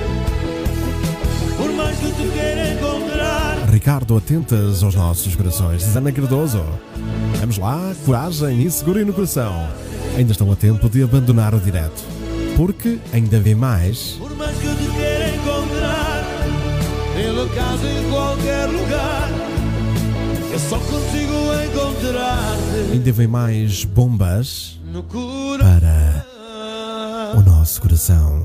por mais que te queira encontrar. Ricardo, atentas aos nossos corações. Diz Ana Cardoso. Vamos lá, coragem e segurem no coração. Ainda estão a tempo de abandonar o direto, porque ainda vem mais. Por mais que te queira encontrar, pela casa em qualquer lugar, eu só consigo encontrar-te. Ainda vem mais bombas para o nosso coração.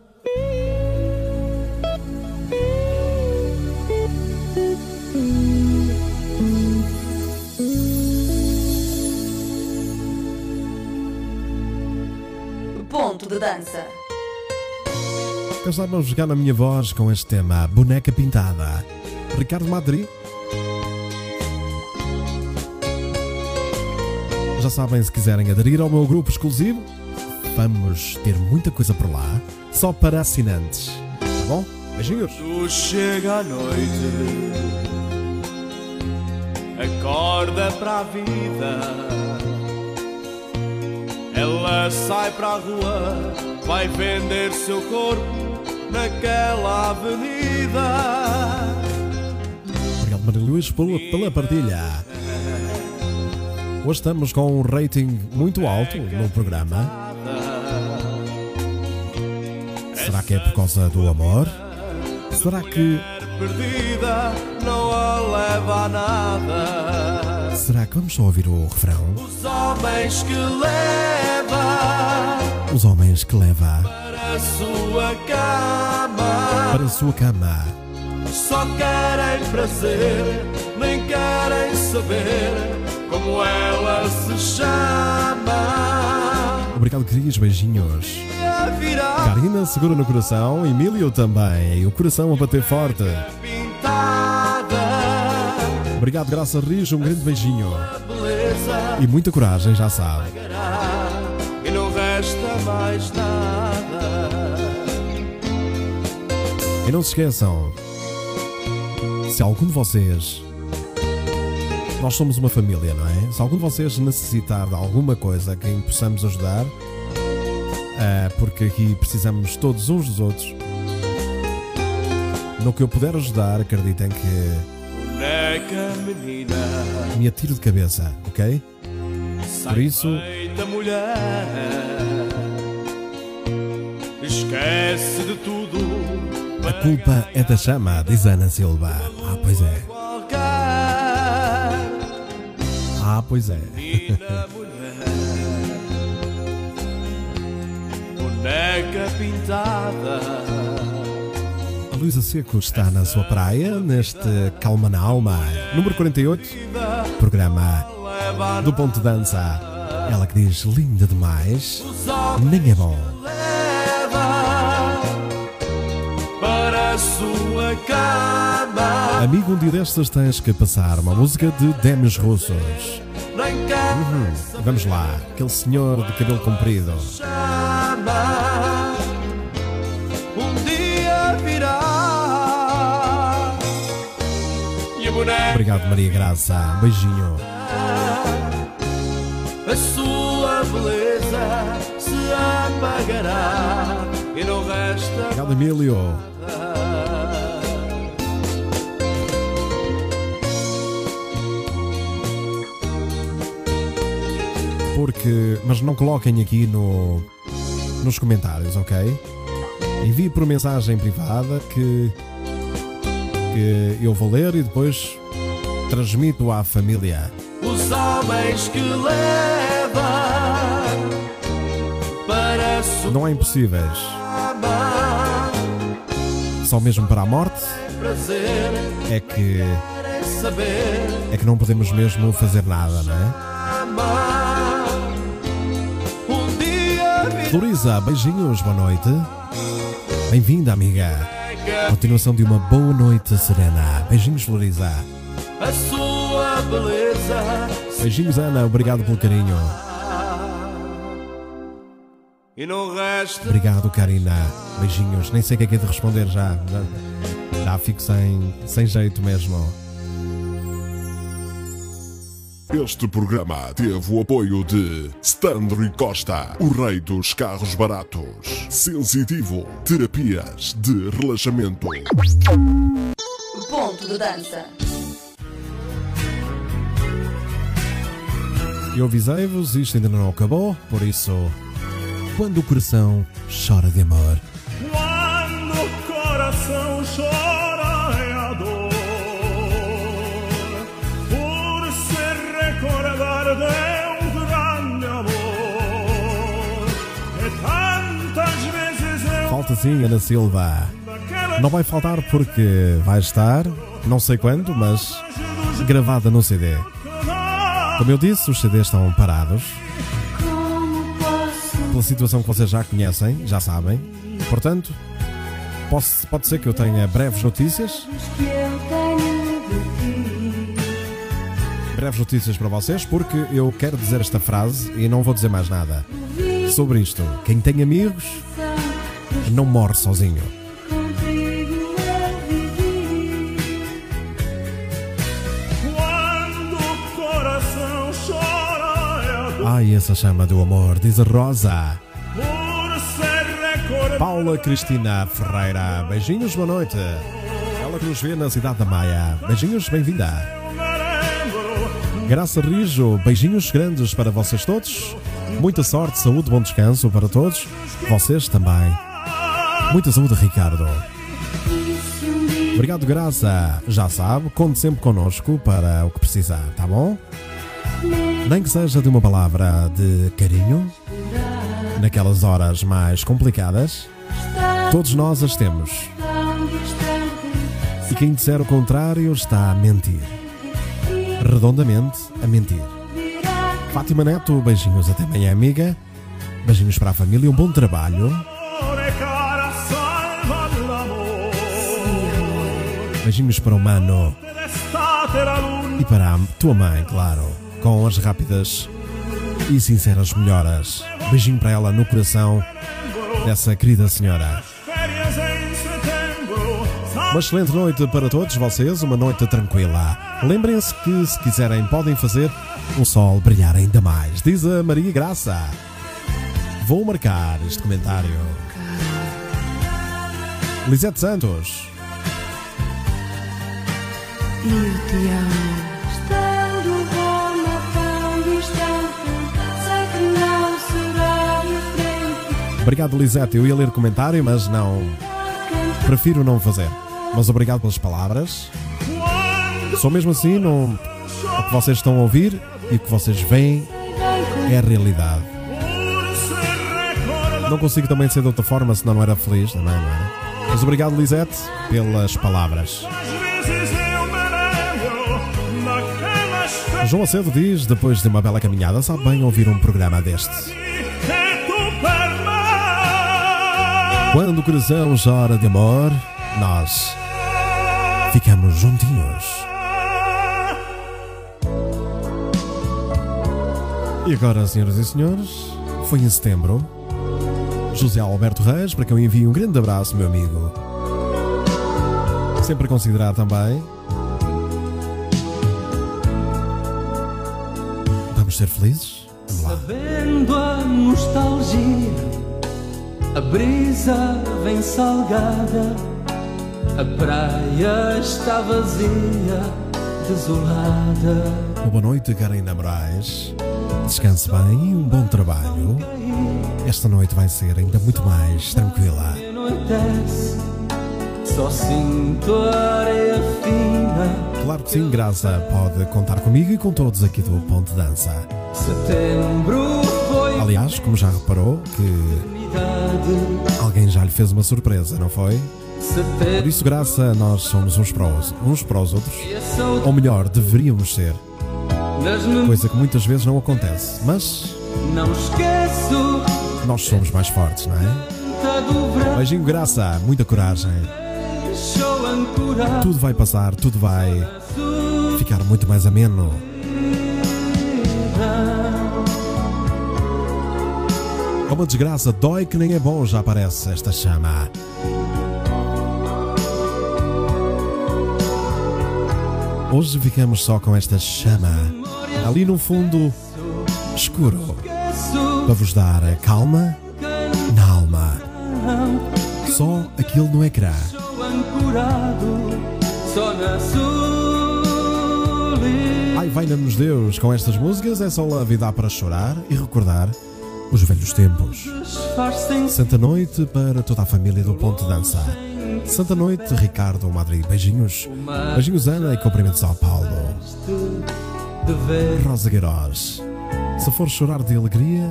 Ponto de dança. Já estavam a jogar na minha voz com este tema, Boneca Pintada. Ricardo Madri. Já sabem, se quiserem aderir ao meu grupo exclusivo, vamos ter muita coisa por lá, só para assinantes. Tá bom? Beijinhos. Tu chega a noite, acorda para a vida. Ela sai para a rua, vai vender seu corpo naquela avenida. Obrigado, Maria Luís, pela partilha. Hoje estamos com um rating muito alto no programa. Será que é por causa do amor? Será que... perdida não a leva a nada. Será que vamos só ouvir o refrão? Os homens que leva, os homens que leva para a sua cama, para a sua cama. só querem prazer, nem querem saber como ela se chama. Obrigado, Cris, beijinhos. Karina, segura no coração. Emílio também, e o coração a bater forte. Obrigado, Graça Rijo, um grande beijinho. E muita coragem, já sabe. E não resta mais nada. E não se esqueçam, se algum de vocês, nós somos uma família, não é? Se algum de vocês necessitar de alguma coisa que possamos ajudar, porque aqui precisamos todos uns dos outros, no que eu puder ajudar, acreditem que me atiro de cabeça, ok? Por isso, esquece de tudo. A culpa é da chama, diz Ana Silva. Ah, pois é. Ah, pois é. Boneca pintada. A Luísa Seco está na sua praia, neste Calma na Alma, número 48, programa do Ponto de Dança. Ela que diz linda demais, nem é bom. Para a sua cama. Amigo, um dia destas tens que passar uma música de Demis Russos. Vamos lá, aquele senhor de cabelo comprido. Um dia virá. E a boneca. Obrigado, Maria Graça, um beijinho. A sua beleza se apagará e não resta. Obrigado, Emílio. Mas não coloquem aqui nos comentários, ok? Envie por mensagem privada que eu vou ler e depois transmito à família. Os homens que levam para a sua. Não há impossíveis. Só mesmo para a morte é que não podemos mesmo fazer nada, não é? Floriza, beijinhos, boa noite. Bem-vinda, amiga. Continuação de uma boa noite serena. Beijinhos, Floriza. A sua beleza. Beijinhos, Ana, obrigado pelo carinho. E não resta. Obrigado, Karina. Beijinhos. Nem sei o que é de responder já. Já fico sem jeito mesmo. Este programa teve o apoio de Standro e Costa, o rei dos carros baratos. Sensitivo, terapias de relaxamento. Ponto de dança. Eu avisei-vos, isto ainda não acabou, por isso, quando o coração chora de amor. Quando o coração chora é a dor, por se recordar de um grande amor, e tantas vezes eu... Falta sim, Ana Silva. Não vai faltar porque vai estar, não sei quando, mas gravada no CD. Como eu disse, os CDs estão parados pela situação que vocês já conhecem, já sabem. Portanto, pode ser que eu tenha breves notícias. Breves notícias para vocês, porque eu quero dizer esta frase e não vou dizer mais nada sobre isto. Quem tem amigos não morre sozinho. Ai, essa chama do amor, diz a Rosa. Paula Cristina Ferreira, beijinhos, boa noite. Ela que nos vê na cidade da Maia. Beijinhos, bem-vinda. Graça Rijo, beijinhos grandes para vocês todos. Muita sorte, saúde, bom descanso para todos. Vocês também. Muita saúde, Ricardo. Obrigado, Graça. Já sabe, conte sempre connosco para o que precisar, tá bom? Nem que seja de uma palavra de carinho, naquelas horas mais complicadas, todos nós as temos. E quem disser o contrário está a mentir. Redondamente a mentir. Fátima Neto, beijinhos até amanhã, amiga. Beijinhos para a família, um bom trabalho. Beijinhos para o Mano e para a tua mãe, claro, com as rápidas e sinceras melhoras. Beijinho para ela no coração dessa querida senhora. Uma excelente noite para todos vocês, uma noite tranquila. Lembrem-se que, se quiserem, podem fazer o sol brilhar ainda mais. Diz a Maria Graça. Vou marcar este comentário. Lisete Santos. Eu te amo, estando tão distante, sei que não será diferente. Obrigado, Lisete. Eu ia ler o comentário, mas não. Prefiro não fazer. Mas obrigado pelas palavras. Só mesmo assim, não. O que vocês estão a ouvir e o que vocês veem é a realidade. Não consigo também ser de outra forma, senão não era feliz, também não era. Mas obrigado, Lisete, pelas palavras. João Acedo diz, depois de uma bela caminhada, sabe bem ouvir um programa deste. Quando o coração chora de amor, nós ficamos juntinhos. E agora, senhoras e senhores, foi em setembro. José Alberto Reis, para quem eu envio um grande abraço, meu amigo. Sempre a considerar também. Vamos ser felizes? Vamos lá. Sabendo a nostalgia, a brisa vem salgada, a praia está vazia, desolada. Uma boa noite, Karina Moraes. Descanse bem e um bom trabalho. Esta noite vai ser ainda muito mais tranquila. Só sinto a areia fina. Claro que sim, Graça pode contar comigo e com todos aqui do Ponto Dança. Setembro foi. Aliás, como já reparou, que alguém já lhe fez uma surpresa, não foi? Por isso, Graça, nós somos uns para os outros. Ou melhor, deveríamos ser. Coisa que muitas vezes não acontece. Mas não esqueço. Nós somos mais fortes, não é? Beijinho, Graça, muita coragem. Tudo vai passar, tudo vai ficar muito mais ameno. É uma desgraça, dói que nem é bom, já aparece esta chama. Hoje ficamos só com esta chama, ali no fundo escuro, para vos dar a calma na alma. Só aquilo no ecrã. Ai, valha-nos Deus, com estas músicas é só a vida para chorar e recordar os velhos tempos. Santa noite para toda a família do Ponto Dança. Santa noite, Ricardo Madrid. Beijinhos. Beijinhos, Ana, e cumprimentos ao Paulo. Rosa Queiroz. Se for chorar de alegria,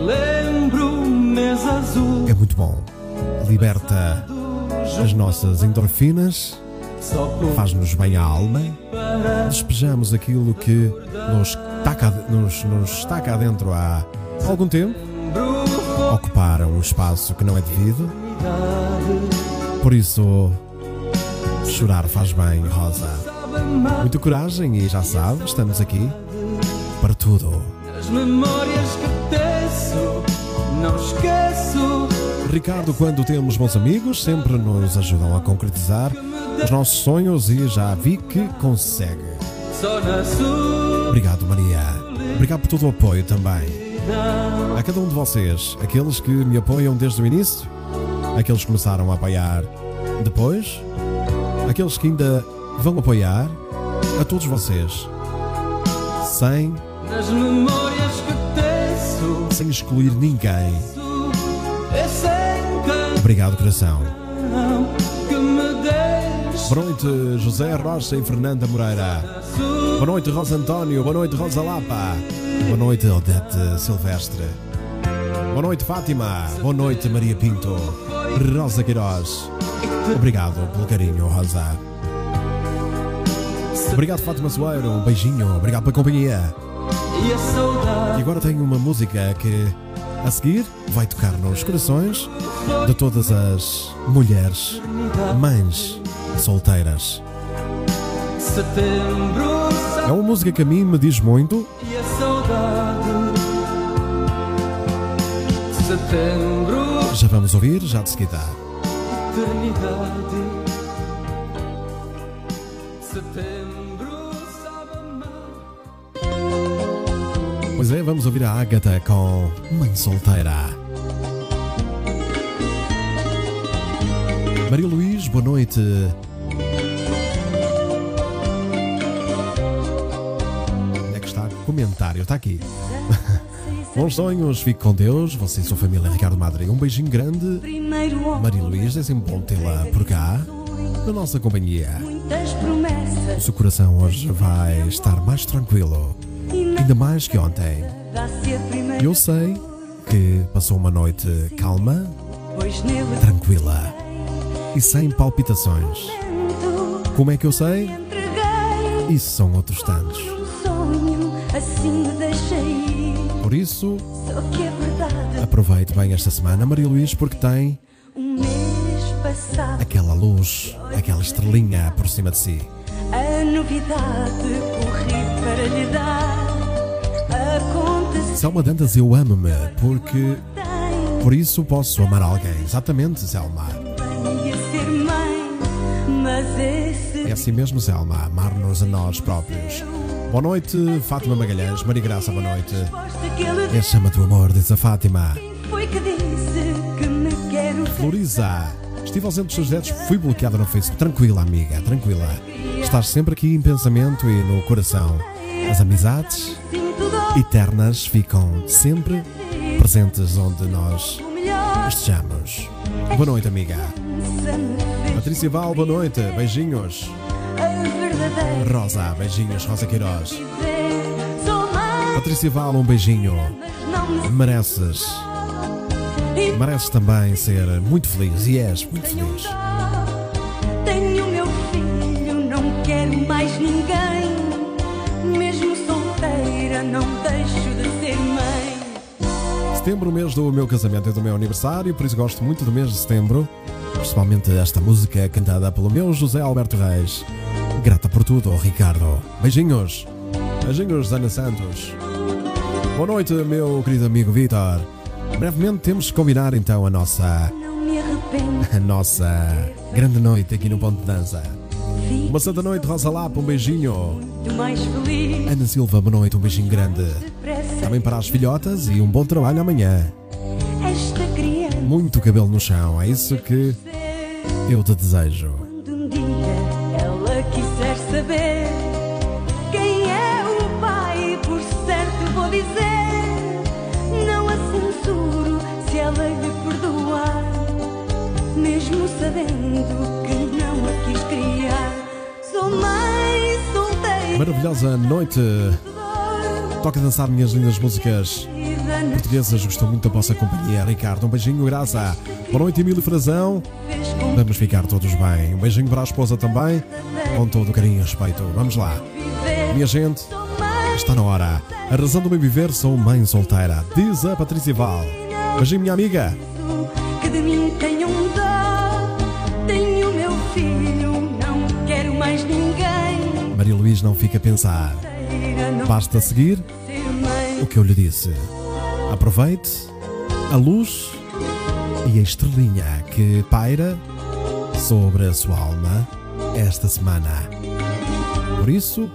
é muito bom. Liberta as nossas endorfinas, faz-nos bem à alma. Despejamos aquilo que nos está cá dentro há algum tempo. Ocupar um espaço que não é devido. Por isso, chorar faz bem, Rosa. Muita coragem e já sabe, estamos aqui para tudo. As memórias que teço, não esqueço. Ricardo, quando temos bons amigos, sempre nos ajudam a concretizar os nossos sonhos e já vi que consegue. Obrigado, Maria. Obrigado por todo o apoio também. A cada um de vocês, aqueles que me apoiam desde o início, aqueles que começaram a apoiar depois, aqueles que ainda vão apoiar, a todos vocês, sem excluir ninguém. Obrigado, coração. Boa noite, José Rocha e Fernanda Moreira. Boa noite, Rosa António. Boa noite, Rosa Lapa. Boa noite, Odete Silvestre. Boa noite, Fátima. Boa noite, Maria Pinto. Rosa Queiroz. Obrigado pelo carinho, Rosa. Obrigado, Fátima Soeiro, um beijinho, obrigado pela companhia. E agora tenho uma música que a seguir vai tocar nos corações de todas as mulheres, mães solteiras. É uma música que a mim me diz muito. E a saudade. Setembro. Já vamos ouvir, já de seguida. Eternidade. Setembro sabe amar. Pois é, vamos ouvir a Ágata com Mãe Solteira. Maria Luís, boa noite. Onde é que está? Comentário, está aqui. Bons sonhos, fique com Deus. Você e sua família, Ricardo Madre. Um beijinho grande. Maria Luís, é sempre bom tê-la por cá, na nossa companhia. O seu coração hoje vai estar mais tranquilo, ainda mais que ontem. Eu sei que passou uma noite calma, tranquila e sem palpitações. Como é que eu sei? Isso são outros tantos. Por isso, aproveite bem esta semana, Maria Luís, porque tem aquela luz, aquela estrelinha por cima de si. A novidade corri para lhe dar. Selma Dantas, eu amo-me, porque por isso posso amar alguém. Exatamente, Selma. É assim mesmo, Selma, amar-nos a nós próprios. Boa noite, Fátima Magalhães. Maria Graça, boa noite. É a chama do amor, diz a Fátima. Floriza, estive ausente dos seus diretos, fui bloqueada no Facebook. Tranquila, amiga, tranquila. Estás sempre aqui em pensamento e no coração. As amizades eternas ficam sempre presentes onde nós estejamos. Boa noite, amiga. Patrícia Val, boa noite, beijinhos. Rosa, beijinhos, Rosa Queiroz. Patrícia Val, um beijinho. Mereces também ser muito feliz, e és muito feliz. Tenho meu filho, não quero mais ninguém. Mesmo solteira, não deixo de ser mãe. Setembro, o mês do meu casamento e do meu aniversário, por isso gosto muito do mês de setembro. Principalmente esta música cantada pelo meu José Alberto Reis. Grata por tudo, Ricardo. Beijinhos. Beijinhos, Ana Santos. Boa noite, meu querido amigo Vítor. Brevemente temos que combinar então a nossa grande noite aqui no Ponto de Dança. Uma santa noite, Rosa Lapa, um beijinho. Ana Silva, boa noite, um beijinho grande. Também para as filhotas e um bom trabalho amanhã. Muito cabelo no chão, é isso que eu te desejo. Quando um dia ela quiser saber quem é o pai, por certo vou dizer. Não a censuro se ela lhe perdoar, mesmo sabendo que não a quis criar. Sou mãe solteira. Maravilhosa noite. Toca a dançar minhas lindas músicas portuguesas. Gostou muito da vossa companhia, Ricardo. Um beijinho, Graça. Boa noite, Emílio Frazão. Vamos ficar todos bem. Um beijinho para a esposa também, com todo o carinho e respeito. Vamos lá. Minha gente, está na hora. A razão do meu viver, sou mãe solteira, diz a Patrícia Val. Beijinho, minha amiga. Que de mim tenham dó. Tenho meu filho, não quero mais ninguém. Maria Luís não fica a pensar. Basta seguir o que eu lhe disse. Aproveite a luz e a estrelinha que paira sobre a sua alma esta semana. Por isso,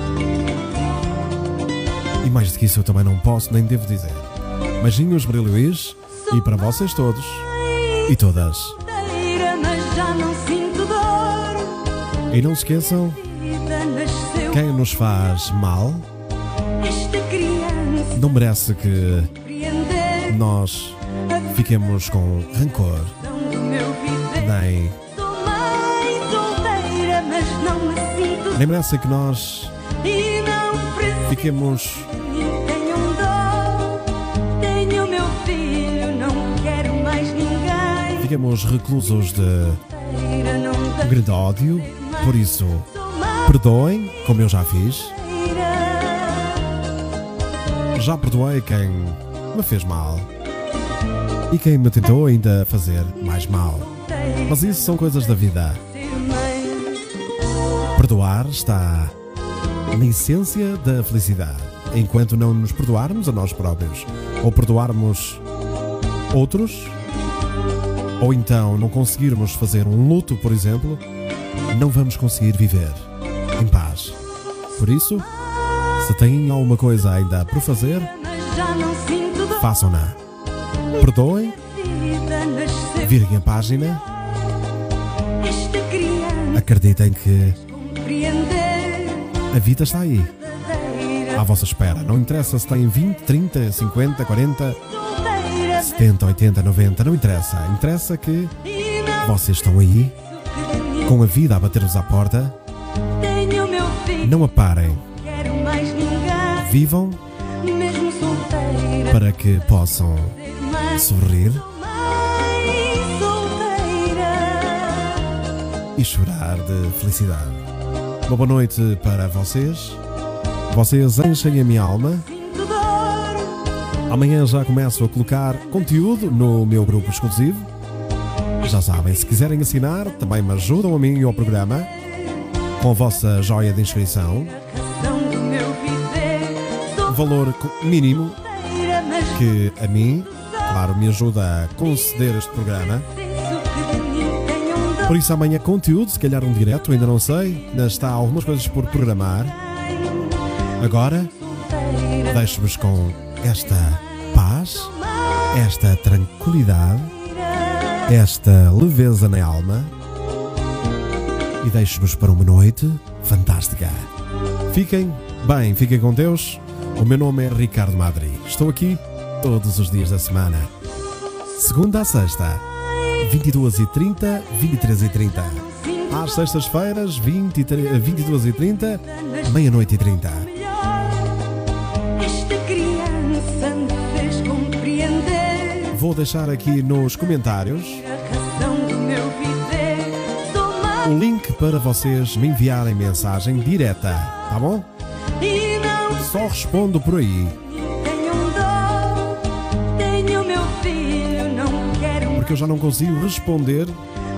e mais do que isso eu também não posso nem devo dizer. Beijinhos, Maria Luís, e para vocês todos e todas. E não se esqueçam, quem nos faz mal não merece que nós fiquemos com rancor, nem merece que nós fiquemos reclusos de um grande ódio. Por isso, Perdoem, como eu já fiz. Já perdoei quem me fez mal e quem me tentou ainda fazer mais mal. Mas isso são coisas da vida. Perdoar está na essência da felicidade. Enquanto não nos perdoarmos a nós próprios, ou perdoarmos outros, ou então não conseguirmos fazer um luto, por exemplo, não vamos conseguir viver em paz. Por isso, se têm alguma coisa ainda por fazer, façam-na. Perdoem, virem a página, acreditem que a vida está aí, à vossa espera. Não interessa se têm 20, 30, 50, 40, 70, 80, 90, não interessa. Interessa que vocês estão aí, com a vida a bater-vos à porta. Não a parem. Vivam para que possam sorrir e chorar de felicidade. Uma boa noite para vocês. Vocês enchem a minha alma. Amanhã já começo a colocar conteúdo no meu grupo exclusivo. Já sabem, se quiserem assinar, também me ajudam a mim e ao programa com a vossa joia de inscrição. Valor mínimo que a mim, claro, me ajuda a conceder este programa. Por isso amanhã conteúdo, se calhar um direto, ainda não sei. Ainda está algumas coisas por programar. Agora, deixo-vos com esta paz, esta tranquilidade, esta leveza na alma e deixo-vos para uma noite fantástica. Fiquem bem, fiquem com Deus. O meu nome é Ricardo Madri. Estou aqui todos os dias da semana. Segunda a sexta, 22h30, 23h30. Às sextas-feiras, 22h30, meia-noite e 30. Vou deixar aqui nos comentários o link para vocês me enviarem mensagem direta, tá bom? Só respondo por aí. Porque eu já não consigo responder.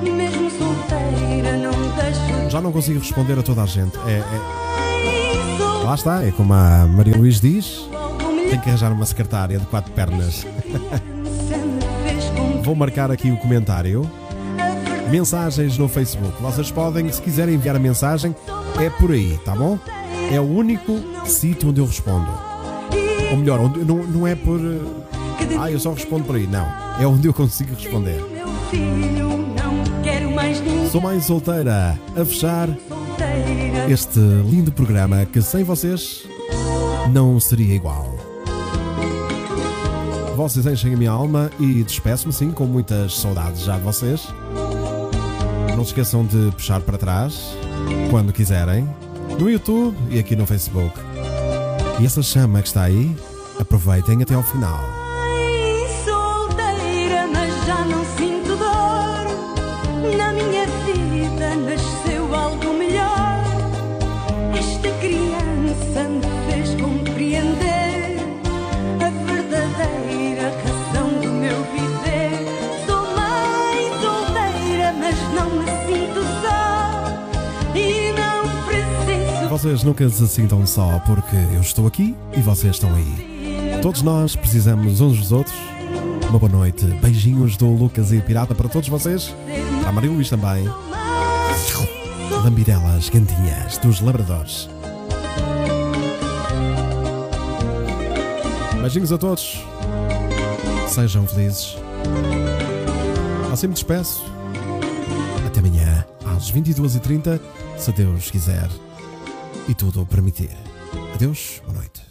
Já não consigo responder a toda a gente. Lá está, é como a Maria Luís diz: tem que arranjar uma secretária de 4 pernas. Vou marcar aqui o comentário. Mensagens no Facebook. Vocês podem, se quiserem enviar a mensagem, é por aí, tá bom? É o único sítio onde eu respondo. Ou melhor, onde, não é por... eu só respondo por aí. Não, é onde eu consigo responder. Sou mãe solteira a fechar este lindo programa que sem vocês não seria igual. Vocês enchem a minha alma e despeço-me sim com muitas saudades já de vocês. Não se esqueçam de puxar para trás quando quiserem, no YouTube e aqui no Facebook. E essa chama que está aí, aproveitem até ao final. Solteira, mas já não sinto dor. Na minha vida nasceu algo melhor. Esta criança me fez compreender a verdadeira razão do meu viver. Sou mãe solteira, mas não me sinto só e não preciso. Vocês nunca se sintam só, porque eu estou aqui e vocês estão aí. Todos nós precisamos uns dos outros. Uma boa noite, beijinhos do Lucas e Pirata para todos vocês. Para a Maria Luís também. Lambidelas quentinhas dos labradores. Beijinhos a todos. Sejam felizes. Assim me despeço. Até amanhã, às 22h30, se Deus quiser e tudo o permitir. Adeus, boa noite.